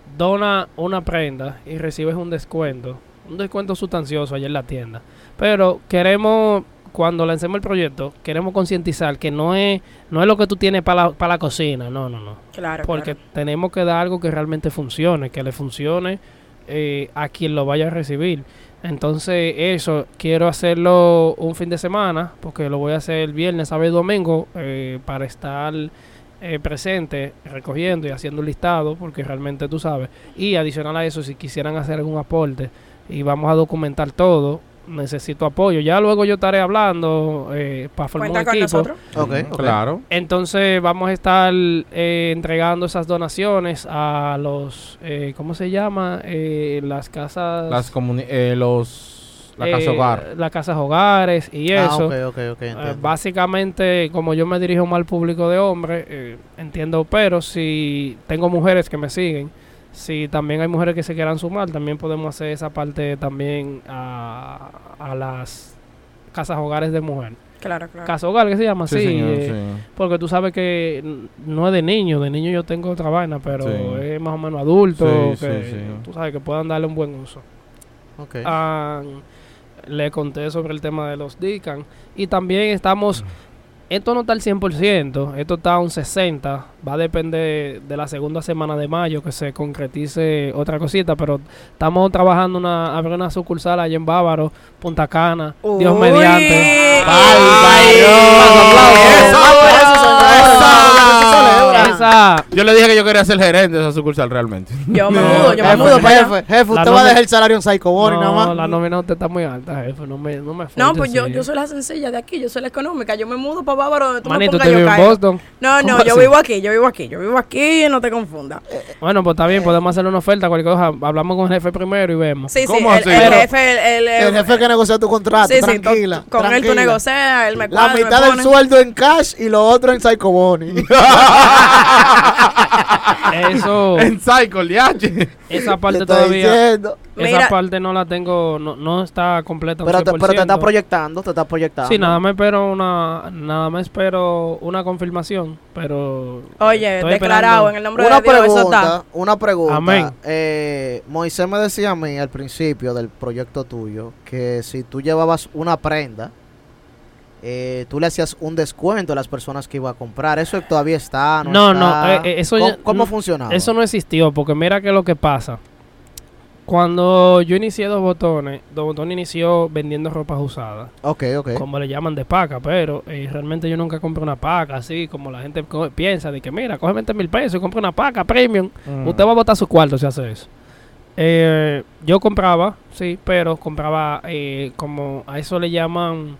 dona una prenda y recibes un descuento, un descuento sustancioso allá en la tienda. Pero queremos, cuando lancemos el proyecto, queremos concientizar que no es no es lo que tú tienes para la, para la cocina, no, no, no. Claro, Porque claro. tenemos que dar algo que realmente funcione, que le funcione eh, a quien lo vaya a recibir. Entonces eso quiero hacerlo un fin de semana, porque lo voy a hacer el viernes, sábado y domingo, eh, para estar eh, presente, recogiendo y haciendo un listado, porque realmente tú sabes. Y adicional a eso, si quisieran hacer algún aporte y vamos a documentar todo, necesito apoyo. Ya luego yo estaré hablando eh, para formar Cuenta un con equipo. nosotros. Ok, Mm, ok. Claro. Entonces vamos a estar eh, entregando esas donaciones a los, eh, ¿cómo se llama? Eh, las casas... Las comuni eh, los la casa eh, hogar. Las casas hogares y Ah, eso. ok, ok, ok, Eh, entiendo. básicamente, como yo me dirijo más al público de hombres, eh, entiendo, pero si tengo mujeres que me siguen, si también hay mujeres que se quieran sumar, también podemos hacer esa parte también a, a las casas hogares de mujer. Claro, claro. Casa hogar, ¿qué se llama? Sí, Sí, señor, eh, sí. porque tú sabes que n- no es de niño, de niño yo tengo otra vaina, pero Sí. es más o menos adulto, Sí, que sí, sí. tú sabes que puedan darle un buen uso. Ok. Ah, le conté sobre el tema de los Deacon y también estamos, esto no está al cien por ciento, esto está a un sesenta por ciento, va a depender de la segunda semana de mayo que se concretice otra cosita, pero estamos trabajando una, abrir una sucursal allá en Bávaro, Punta Cana, Dios Uy. mediante. Esa, Yo le dije que yo quería ser gerente de esa sucursal realmente. Yo me mudo, yo me Jefe, mudo para allá. jefe, jefe, La usted va a nomi- dejar el salario en Psycho Bonnie no, nada más. la nómina usted está muy alta, jefe, no me, no me No, fuerce pues yo, así. yo soy la sencilla de aquí, yo soy la económica. Yo me mudo para Bávaro donde tú Manito, me ¿usted pongas, yo vive en caigo. Boston? No, no, ¿Cómo yo así? vivo aquí, yo vivo aquí, yo vivo aquí, no te confundas. Bueno, pues está bien, podemos hacerle una oferta, cualquier cosa, hablamos con el jefe primero y vemos. Sí, sí, ¿Cómo el, así? el Pero- jefe, el, el, El jefe que negocia tu contrato, sí, sí, tranquila. to- con él tú tranquila. negocias, él me La cuadra, me mitad del pone. sueldo en cash y lo otro en Psycho Bonnie. Eso, En Cycle, ya. che. esa Te parte estoy todavía, diciendo. Mira- esa parte no la tengo, no, no está completa un Pero te, cien por pero te ciento. estás proyectando, te estás proyectando. Sí, nada más espero una, nada más espero una confirmación, pero Oye, estoy declarado esperando- en el nombre Una de Dios, eso pregunta, está. una pregunta. Amén. Eh, Moisés me decía a mí al principio del proyecto tuyo que si tú llevabas una prenda, eh, tú le hacías un descuento a las personas que iban a comprar. Eso todavía está. No, No, está? no, eh, eh, eso ¿Cómo, ya- cómo no, funcionaba? eso no existió, porque mira que lo que pasa. Cuando yo inicié Dos Botones, Dos Botones inició vendiendo ropas usadas, Ok, ok. como le llaman de paca, pero eh, realmente yo nunca compré una paca así como la gente co- piensa, de que mira, coge veinte mil pesos y compra una paca premium. Mm. Usted va a botar su cuarto si hace eso. Eh, yo compraba, sí, pero compraba eh, como a eso le llaman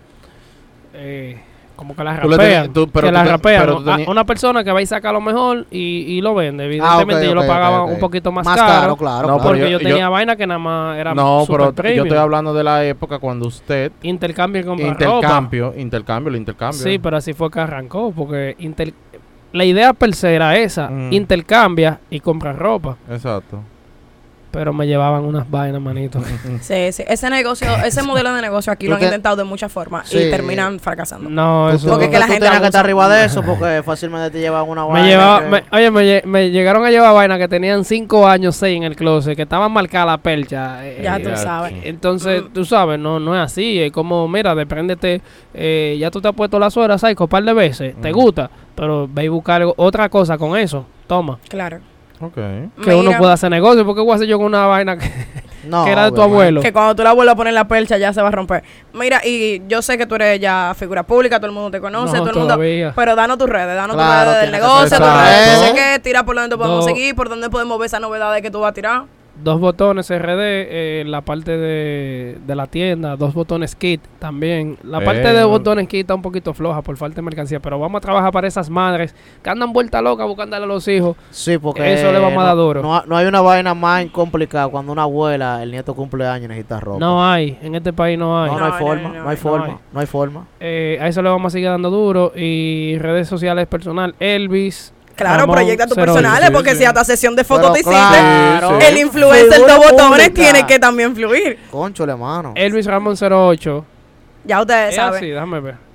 eh, como que la Tú le rapean, tenías- tú- pero que tú la te- rapean, pero ¿no? tú tenías- A una persona que va y saca lo mejor y, y lo vende. Ah, ok, Evidentemente yo ok, lo pagaba ok, ok. un poquito más, Más caro, caro, claro. No, claro. pero porque yo, yo- tenía yo- vaina que nada más era No, super pero yo premium. estoy hablando de la época cuando usted Intercambio y compra ropa. intercambio, intercambio, el intercambio. Sí, pero así fue que arrancó, porque inter- la idea per se era esa, Mm. intercambia y compra ropa. Exacto. Pero me llevaban unas vainas, manito. Sí, sí. Ese negocio, ese modelo de negocio aquí Tú lo han te- intentado de muchas formas Sí. y terminan fracasando. No, Tú- eso... tú- Porque es que la tú gente tenías que abusa. estar arriba de eso porque fácilmente te llevan una Me vaina llevaba, que- me- oye, me, lle- me llegaron a llevar vainas que tenían cinco años, seis en el closet, que estaban marcadas la percha. eh, Ya eh, tú ya, sabes. sí. Entonces, Mm. tú sabes, no no es así. Es como, mira, depréndete, eh, ya tú te has puesto la suera, Psycho, un par de veces, te Mm. gusta, pero ve y buscar algo- otra cosa con eso. Toma. Claro. Ok. Que uno pueda hacer negocio, porque voy a hacer yo con una vaina que, No, que era de tu obviamente. abuelo. Que cuando tú la vuelvas a poner en la percha ya se va a romper. Mira, y yo sé que tú eres ya figura pública, todo el mundo te conoce, No, todo el mundo. todavía. Pero danos tus redes, danos Claro, tus redes del tiene que negocio, ser tus redes. exacto. Yo sé que tira por donde podemos No. seguir, por donde podemos ver esas novedades que tú vas a tirar. Dos botones R D, eh, la parte de, de la tienda, dos botones kit también. La parte Eh, de no. botones kit está un poquito floja por falta de mercancía, pero vamos a trabajar para esas madres que andan vuelta loca buscándole a los hijos. Sí, porque Eso le vamos a dar no- duro. No, no hay una vaina más complicada cuando una abuela, el nieto cumple años y necesita ropa. No hay, en este país no hay. no, no hay No, forma, no, no, no, hay no forma, hay. no hay forma. Eh, a eso le vamos a seguir dando duro. Y redes sociales personal, Elvis. Claro, Ramón proyecta tus cero ocho. personales, sí, porque sí. si hasta sesión de fotos Pero te hiciste, claro, Sí, sí. el influencer Figura dos botones pública. tiene que también fluir. Conchole, mano. Elvis Ramón cero ocho. Ya ustedes Es saben. así, déjame ver.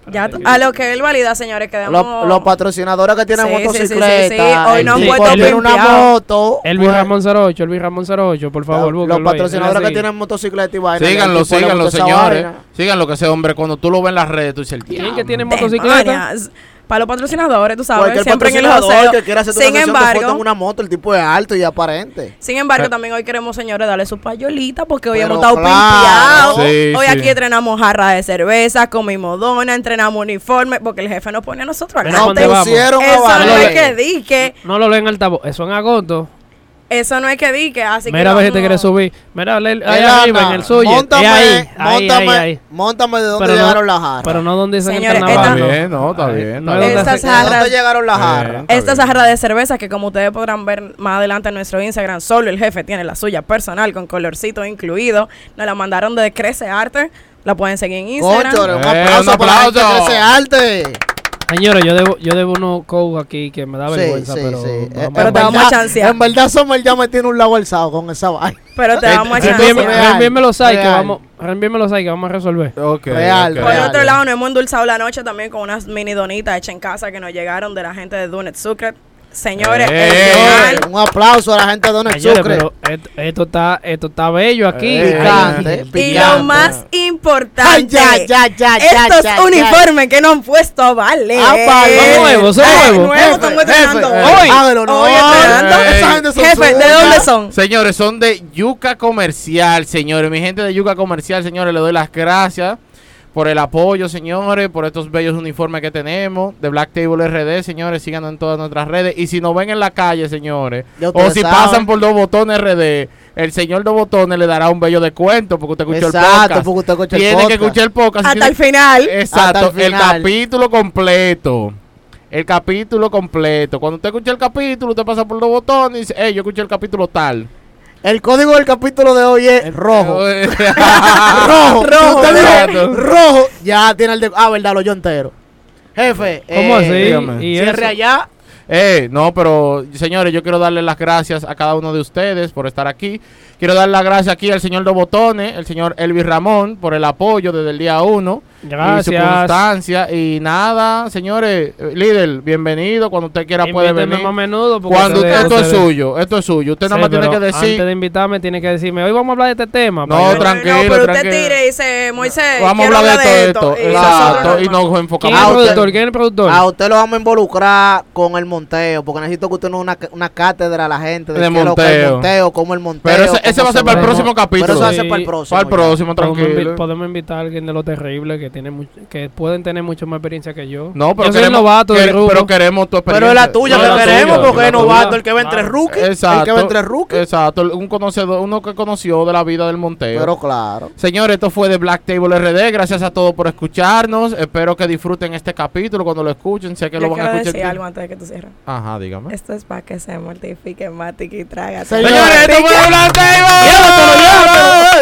Ya t- a lo que él valida, señores, quedamos... Los, los patrocinadores que tienen Sí, sí, sí, sí, motocicletas. sí, sí. Hoy el nos han tipo puesto tiene una pimpeados. moto. Elvis pues, Ramón cero ocho, Elvis Ramón cero ocho, por favor, los búsquenlo ahí, patrocinadores denle que a tienen motocicleta y vaina. Síganlo, el tipo le síganlo, gusta esa señores. vaina. Síganlo, que ese hombre, cuando tú lo ves en las redes, tú dices el seguir. diablo. ¿Quién que tiene motocicleta? Demonias. Para los patrocinadores, tú sabes, Cualquier siempre en el patrocinador joseo. que quiera hacer una Sin sesión de foto en embargo, una moto, el tipo es alto y aparente. sin embargo, también hoy queremos, señores, darle su payolita porque hoy Pero hemos estado claro. pimpeados. Sí, hoy sí. aquí entrenamos jarra de cerveza, comimos dona, entrenamos uniforme, porque el jefe nos pone a nosotros Mira, acá. ¿dónde vamos? pusieron a Eso no valer. es que dique, No lo leen altavoz, eso en agosto. eso no es que dique, así que Mira a ver si vamos- te quieres subir. Mira, le- ahí Elana, arriba en el suyo. Móntame, Es ahí, ahí, móntame, ahí, ahí. móntame de dónde Pero no- llegaron las jarras. Pero no donde dicen el Señores, carnaval. Está esta- no. bien, no, está Ay, bien. no está es bien. donde Estas se- ¿De jarras- dónde llegaron las Eh, jarras? está Esta es bien. jarra de cerveza que, como ustedes podrán ver más adelante en nuestro Instagram, solo el jefe tiene la suya personal con colorcito incluido. Nos la mandaron de Crece Arte. La pueden seguir en Instagram. Concho, un Eh, aplauso un para la gente aplauso. que crece arte. Señores, yo debo, yo debo unos codes aquí que me da Sí, vergüenza, sí, pero sí. Eh, vamos Pero a te ver. vamos a chancear. En verdad, Sommer ya me tiene un lado alzado con esa vaina. Pero te vamos a Esto es Reenvíenme chancear. real, reenvíenme los likes que real. vamos, reenvíenme los likes que vamos a resolver. Ok, Real, ok. Por real. otro lado, nos hemos endulzado la noche también con unas mini donitas hechas en casa que nos llegaron de la gente de Dunet Sucre. Señores, Eh, el Señores, final- un aplauso a la gente de Don El Señores, Sucre. pero esto, esto está, esto está bello aquí. Eh, Picante, Ay, y picante. lo más Ay, importante, ya, ya, ya, ya, estos ya, ya. uniformes que nos han puesto, vale. Ah, vale. Son nuevos, son Ay, nuevos. nuevos, Jefe, estamos estrenando jefe, hoy. hágalo, no. Hoy estrenando. Eh, Esa gente son Jefe, ¿de suyas. dónde son? Señores, son de Yuca Comercial, señores. Mi gente de Yuca Comercial, señores, le doy las gracias por el apoyo, señores, por estos bellos uniformes que tenemos. De Black Table R D, señores, síganos en todas nuestras redes. Y si nos ven en la calle, señores, Ya o ustedes si saben. pasan por Dos Botones R D, el señor Dos Botones le dará un bello descuento porque usted escuchó el Exacto, podcast. porque usted escuchó el Tiene que podcast. escuchar el podcast. Hasta tiene- el final. Exacto, Hasta el el, final. capítulo completo. El capítulo completo. Cuando usted escucha el capítulo, usted pasa por Dos Botones y dice, hey, yo escuché el capítulo tal. El código del capítulo de hoy es rojo. Eh, rojo. Rojo, Si usted dijo exacto. rojo, ya tiene el de. Ah, verdad, lo yo entero. Jefe, ¿Cómo eh, así? dígame. ¿Y Cierre eso? allá. Eh, no, pero señores, yo quiero darle las gracias a cada uno de ustedes por estar aquí. Quiero dar las gracias aquí al señor Dos Botones, el señor Elvis Ramón, por el apoyo desde el día uno. Y su Gracias. constancia. Y nada, señores, eh, líder, bienvenido. Cuando usted quiera puede Invítenme venir. más a menudo. porque Cuando ustedes- esto es ustedes- suyo, esto es suyo. Usted nada Sí, más tiene que pero decir. Antes de invitarme, tiene que decirme, hoy vamos a hablar de este tema. No, para yo- tranquilo, No, pero usted tranquilo. tire y dice, Moisés, Vamos a quiero hablar de todo esto. y Exacto. nosotros Y nos vamos. nos enfocamos. ¿Quién es Ah, el usted- productor? ¿Quién es el productor? A usted lo vamos a involucrar con el monteo, porque necesito que usted nos dé una, una cátedra a la gente de, De qué es lo que es el monteo. monteo, cómo el monteo. Pero ese, ese cómo va a ser se para el ve. próximo capítulo. Pero eso va a ser Sí. para el próximo. Para el ya. próximo, Podemos, tranquilo. invi- podemos invitar a alguien de lo terrible que tiene much- que pueden tener mucho más experiencia que yo. No, pero yo soy el queremos, novato del quere- grupo. pero queremos tu experiencia. Pero es la tuya No, que la queremos, tuya, porque la es tuya. novato el que va entre Claro. rookies. Exacto. El que va entre rookies. Exacto, un conocedor, uno que conoció de la vida del monteo. Pero claro. Señores, esto fue de Black Table R D. Gracias a todos por escucharnos. Espero que disfruten este capítulo cuando lo escuchen. Sé que Yo lo van a quiero escuchar. decir algo antes de que tú cierres. Ajá, dígame. Esto es para que se mortifique, Matic y traga. Señores, Señores, esto fue de Black Table. Llévatelo, llévatelo.